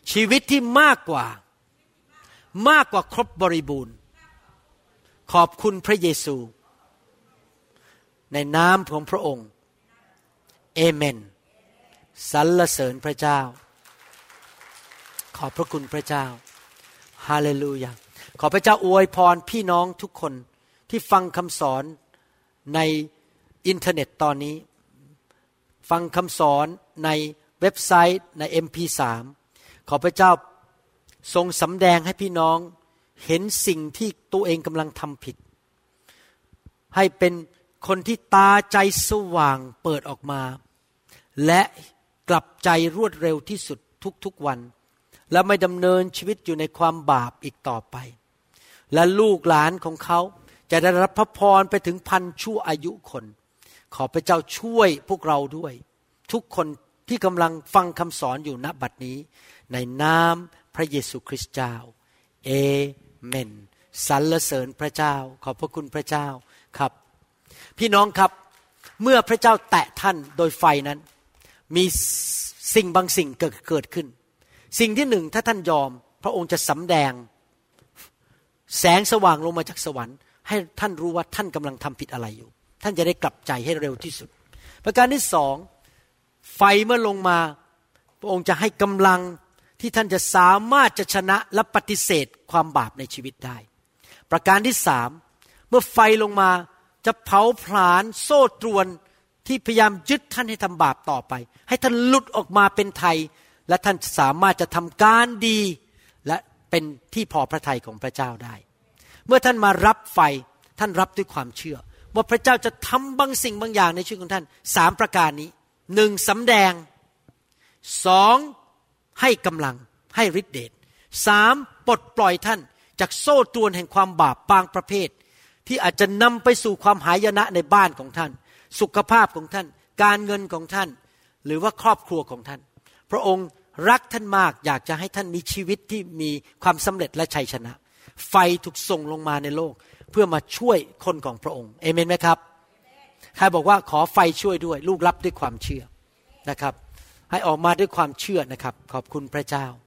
ชีวิตที่มากกว่าครบบริบูรณ์ขอบคุณพระเยซูในนามของพระองค์เอเมนสรรเสริญพระเจ้าขอบพระคุณพระเจ้าฮาเลลูยาขอพระเจ้าอวยพรพี่น้องทุกคนที่ฟังคำสอนในอินเทอร์เน็ตตอนนี้ฟังคำสอนในเว็บไซต์ใน MP3 ขอพระเจ้าทรงสำแดงให้พี่น้องเห็นสิ่งที่ตัวเองกำลังทำผิดให้เป็นคนที่ตาใจสว่างเปิดออกมาและกลับใจรวดเร็วที่สุดทุกๆวันและไม่ดำเนินชีวิตอยู่ในความบาปอีกต่อไปและลูกหลานของเขาจะได้รับพระพรไปถึงพันชั่วอายุคนขอพระเจ้าช่วยพวกเราด้วยทุกคนที่กำลังฟังคำสอนอยู่ณบัดนี้ในนามพระเยซูคริสต์เจ้าเอเมนสรรเสริญพระเจ้าขอบพระคุณพระเจ้าครับพี่น้องครับเมื่อพระเจ้าแตะท่านโดยไฟนั้นมีสิ่งบางสิ่งเกิดขึ้นสิ่งที่หนึ่งถ้าท่านยอมพระองค์จะสำแดงแสงสว่างลงมาจากสวรรค์ให้ท่านรู้ว่าท่านกำลังทำผิดอะไรอยู่ท่านจะได้กลับใจให้เร็วที่สุดประการที่สองไฟเมื่อลงมาพระองค์จะให้กำลังที่ท่านจะสามารถจะชนะและปฏิเสธความบาปในชีวิตได้ประการที่สามเมื่อไฟลงมาจะเผาผลาญโซ่ตรวนที่พยายามยึดท่านให้ทำบาปต่อไปให้ท่านหลุดออกมาเป็นไทยและท่านสามารถจะทำการดีและเป็นที่พอพระทัยของพระเจ้าได้เมื่อท่านมารับไฟท่านรับด้วยความเชื่อว่าพระเจ้าจะทำบางสิ่งบางอย่างในชีวิตของท่านสามประการนี้หนึ่งสำแดงสองให้กำลังให้ฤทธิเดชสามปลดปล่อยท่านจากโซ่ตรวนแห่งความบาปบางประเภทที่อาจจะนำไปสู่ความหายนะในบ้านของท่านสุขภาพของท่านการเงินของท่านหรือว่าครอบครัวของท่านพระองค์รักท่านมากอยากจะให้ท่านมีชีวิตที่มีความสำเร็จและชัยชนะไฟถูกส่งลงมาในโลกเพื่อมาช่วยคนของพระองค์เอเมนไหมครับใครบอกว่าขอไฟช่วยด้วยลูกรับด้วยความเชื่อนะครับให้ออกมาด้วยความเชื่อนะครับขอบคุณพระเจ้า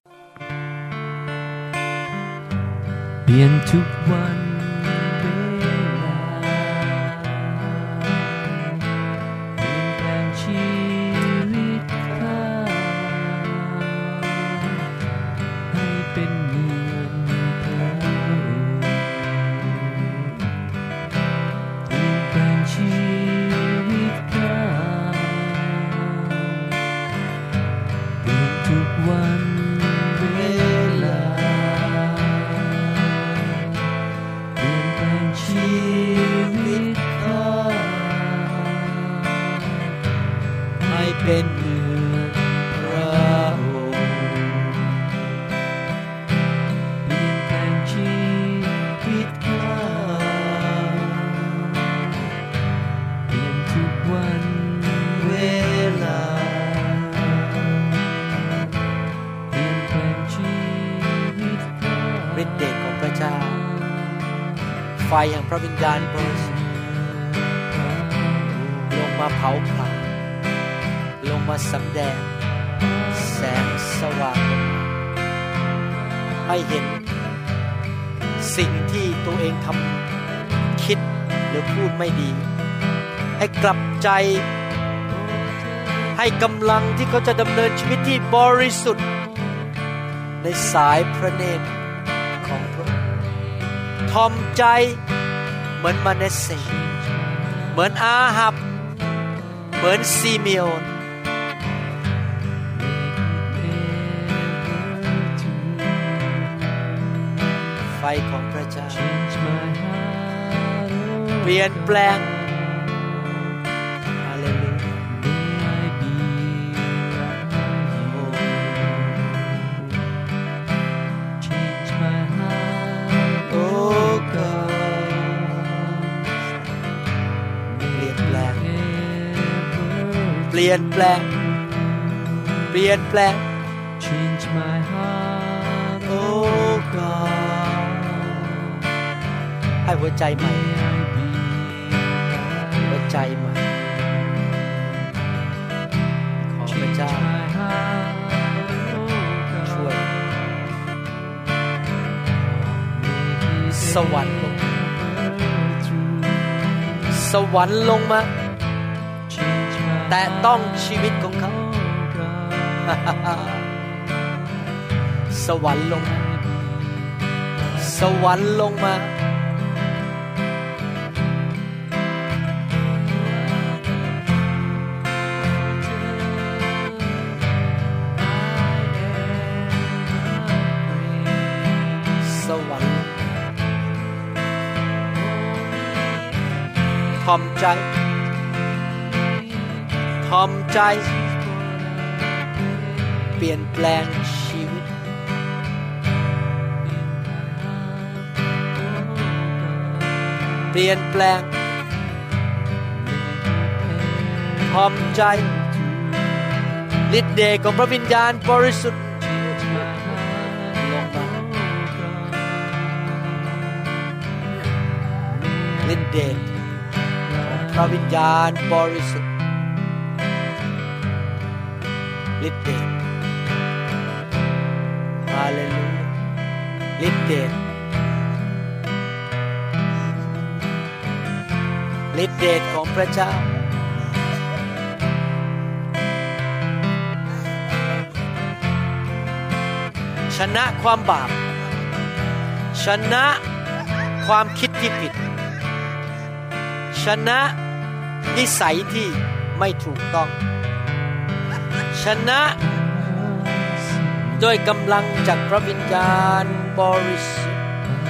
เปลี่ยนทุกวันเวลาเปลี่ยนแปลงชีวิตข้าให้เป็นเหมือนพระองค์เปลี่ยนแปลงชีวิตข้าเปลี่ยนทุกวันเวลาชีวิตข้าให้เป็นเหมือนพระองค์เปลี่ยนแปลงชีวิตข้าเปลี่ยนทุกวันเวลาเปลี่ยนแปลงชีวิตข้าฤทธิ์เดชของพระเจ้าไฟแห่งพระวิญญาณบริสุทธิ์ลงมาเผาผลาญลงมาสำแดงแสงสว่างให้เห็นสิ่งที่ตัวเองทำคิดหรือพูดไม่ดีให้กลับใจให้กำลังที่เขาจะดำเนินชีวิตที่บริสุทธิ์ในสายพระเนตรของพระองค์ทอมใจเหมือนมาเนสเซเหมือนอาหับเหมือนซิเมโอนไฟของพระเจ้าเปลี่ยนแปลงฮาเลลูยาเปลี่ยนแปลงเปลี่ยนแปลง Change my heart Oh God ให้หัวใจใหม่หัวใจใหม่ขอพระเจ้าช่วยสวรรค์ลงสวรรค์ลงมาแต่ต้องชีวิตของเขาสวรรค์ลงมาสวรรค์ลงมาสวรรค์ทอมใจทอมใจเปลี่ยนแปลงชีวิตเปลี่ยนแปลงทอมใจฤทธิ์เดชของพระวิญญาณบริสุทธิ์ลงมาฤทธิ์เดชของพระวิญญาณบริสุทธิ์ฤทธิ์เดชฮาเลลูยาฤทธิ์เดชฤทธิ์เดชของพระเจ้าชนะความบาปชนะความคิดที่ผิดชนะนิสัยที่ไม่ถูกต้องชนะด้วยกำลังจากพระวิญญาณบริสุทธิ์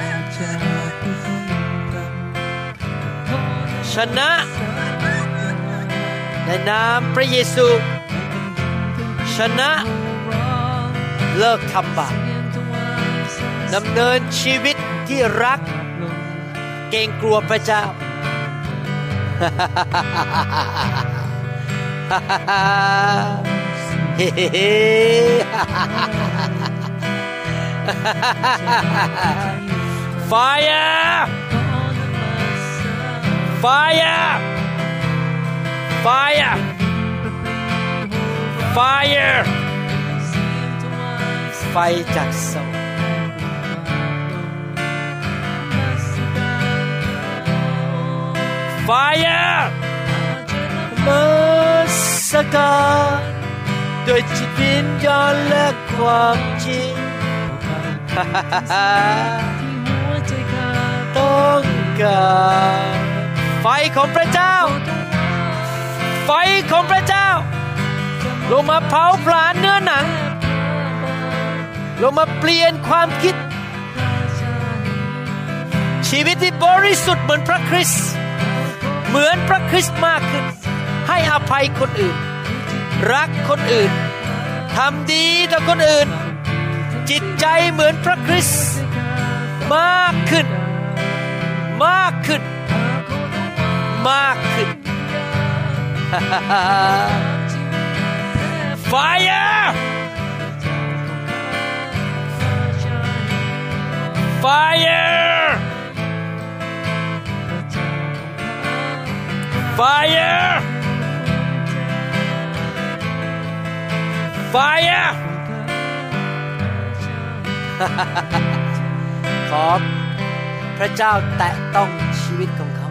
ชนะในนามพระเยซูชนะเลิกทำบาปดำเนินชีวิตที่รักเกรงกลัวพระเจ้าFire! Fire! Fire! Fire! ไฟจากสวรรค์ Fire! มสการด้วยจิตวิญญาณและความจริงต้องการไฟของพระเจ้าไฟของพระเจ้าลงมาเผาผลาญเนื้อหนังลงมาเปลี่ยนความคิดชีวิตที่บริสุทธิ์เหมือนพระคริสต์เหมือนพระคริสต์มากขึ้นให้อภัยคนอื่นรักคนอื่นทำดีต่อคนอื่นจิตใจเหมือนพระคริสต์มากขึ้นมากขึ้นมากขึ้น Fire Fire Fire Fire ขอพระเจ้าแตะต้องชีวิตของเขา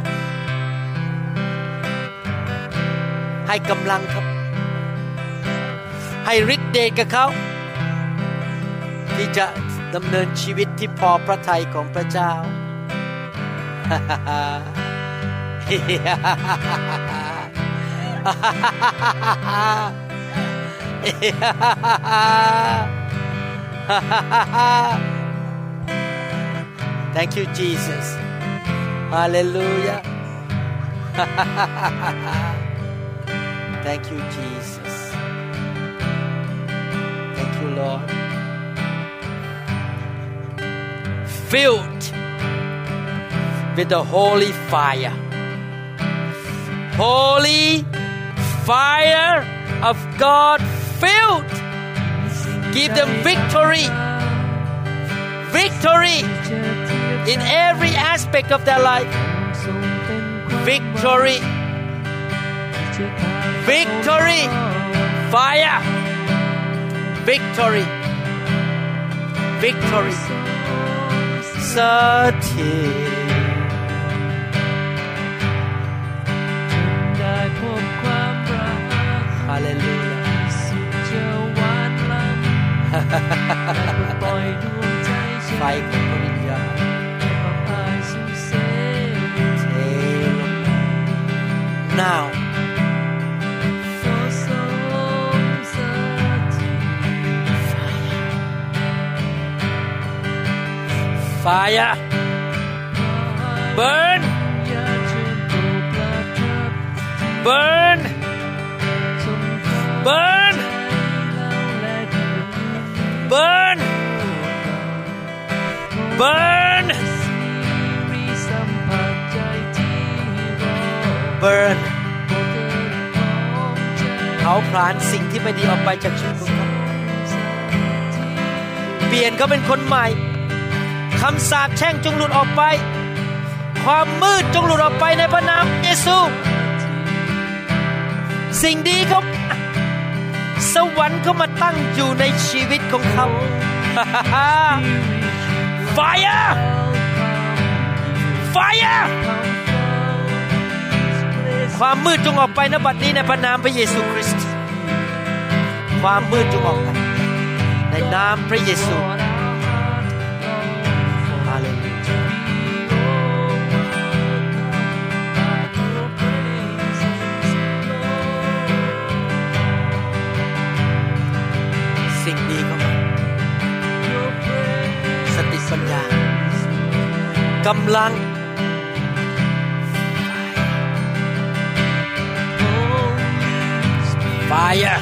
ให้กำลังครับให้ฤทธิ์เดชกับเขาที่จะดำเนินชีวิตที่พอพระทัยของพระเจ้า Thank you, Jesus. Hallelujah. Thank you, Jesus. Thank you, Lord. Filled with the holy fire. Holy fire of God filled. Give them victory. Victory in every aspect of their life. Victory. Victory. Fire. Victory. Victory. สสักทีได้พบความรักฮาเลลูยาสุดจะหวานล้ำได้ปล่อยดวงใจไฟของพระวิญญาณให้มาพายสู่เสรีเทลงมา now fire burn burn burn burn burn burn เผาผลาญสิ่งที่ไม่ดีออกไปจากชีวิตของเขาเปลี่ยนเขาเป็นคนใหม่คำสาปแช่งจงหลุดออกไปความมืดจงหลุดออกไปในพระนามเยซูสิ่งดีเขาสวรรค์เขามาตั้งอยู่ในชีวิตของเขา Fire Fire ความมืดจงออกไปณบัดนี้ในพระนามพระเยซูคริสต์ความมืดจงออกไปในนามพระเยซูสิ่งดีเข้ามาสติปัญญากำลัง Fire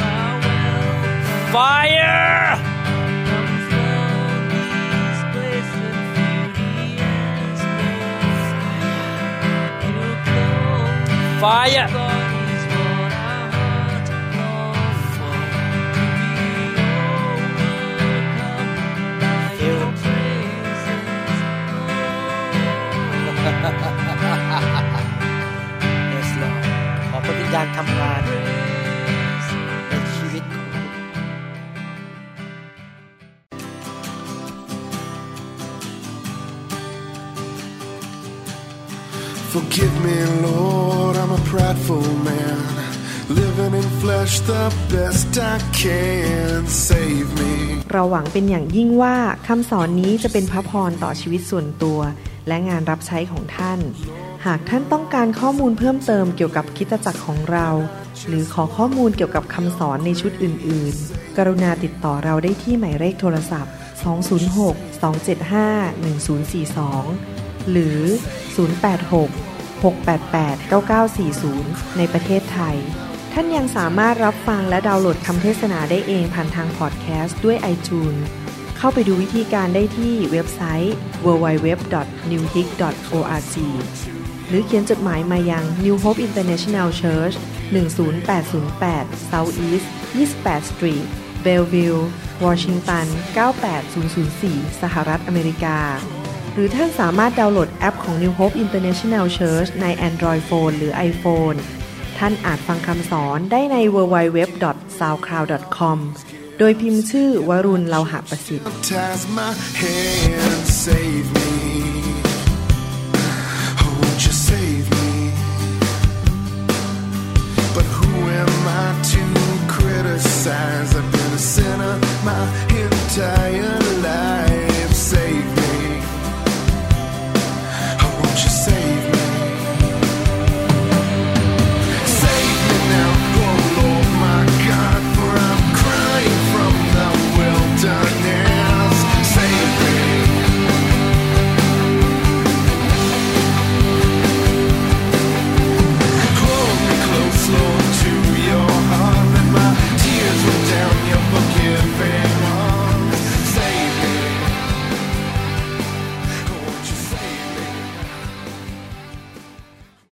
Fire Fire Yes Lord ขอพระวิญญาณทำงานในชีวิตของคุณ Forgive me, Lord, I'm a prideful man, living in flesh the best I can. Save me. เราหวังเป็นอย่างยิ่งว่าคำสอนนี้จะเป็นพระพรต่อชีวิตส่วนตัวและงานรับใช้ของท่านหากท่านต้องการข้อมูลเพิ่มเติมเกี่ยวกับคริสตจักรของเราหรือขอข้อมูลเกี่ยวกับคำสอนในชุดอื่นๆกรุณาติดต่อเราได้ที่หมายเลขโทรศัพท์206-275-1042หรือ086-688-9940ในประเทศไทยท่านยังสามารถรับฟังและดาวน์โหลดคำเทศนาได้เองผ่านทางพอดแคสต์ด้วย iTunes เข้าไปดูวิธีการได้ที่เว็บไซต์ www.newhope.org หรือเขียนจดหมายมายัง New Hope International Church 10808 South East 28 Street Bellevue Washington 98004 สหรัฐอเมริกาหรือท่านสามารถดาวน์โหลดแอปของ New Hope International Church ใน Android Phone หรือ iPhone ท่านอาจฟังคำสอนได้ใน www.soundcloud.com โดยพิมพ์ชื่อวรุณ เลาหะประสิทธิ์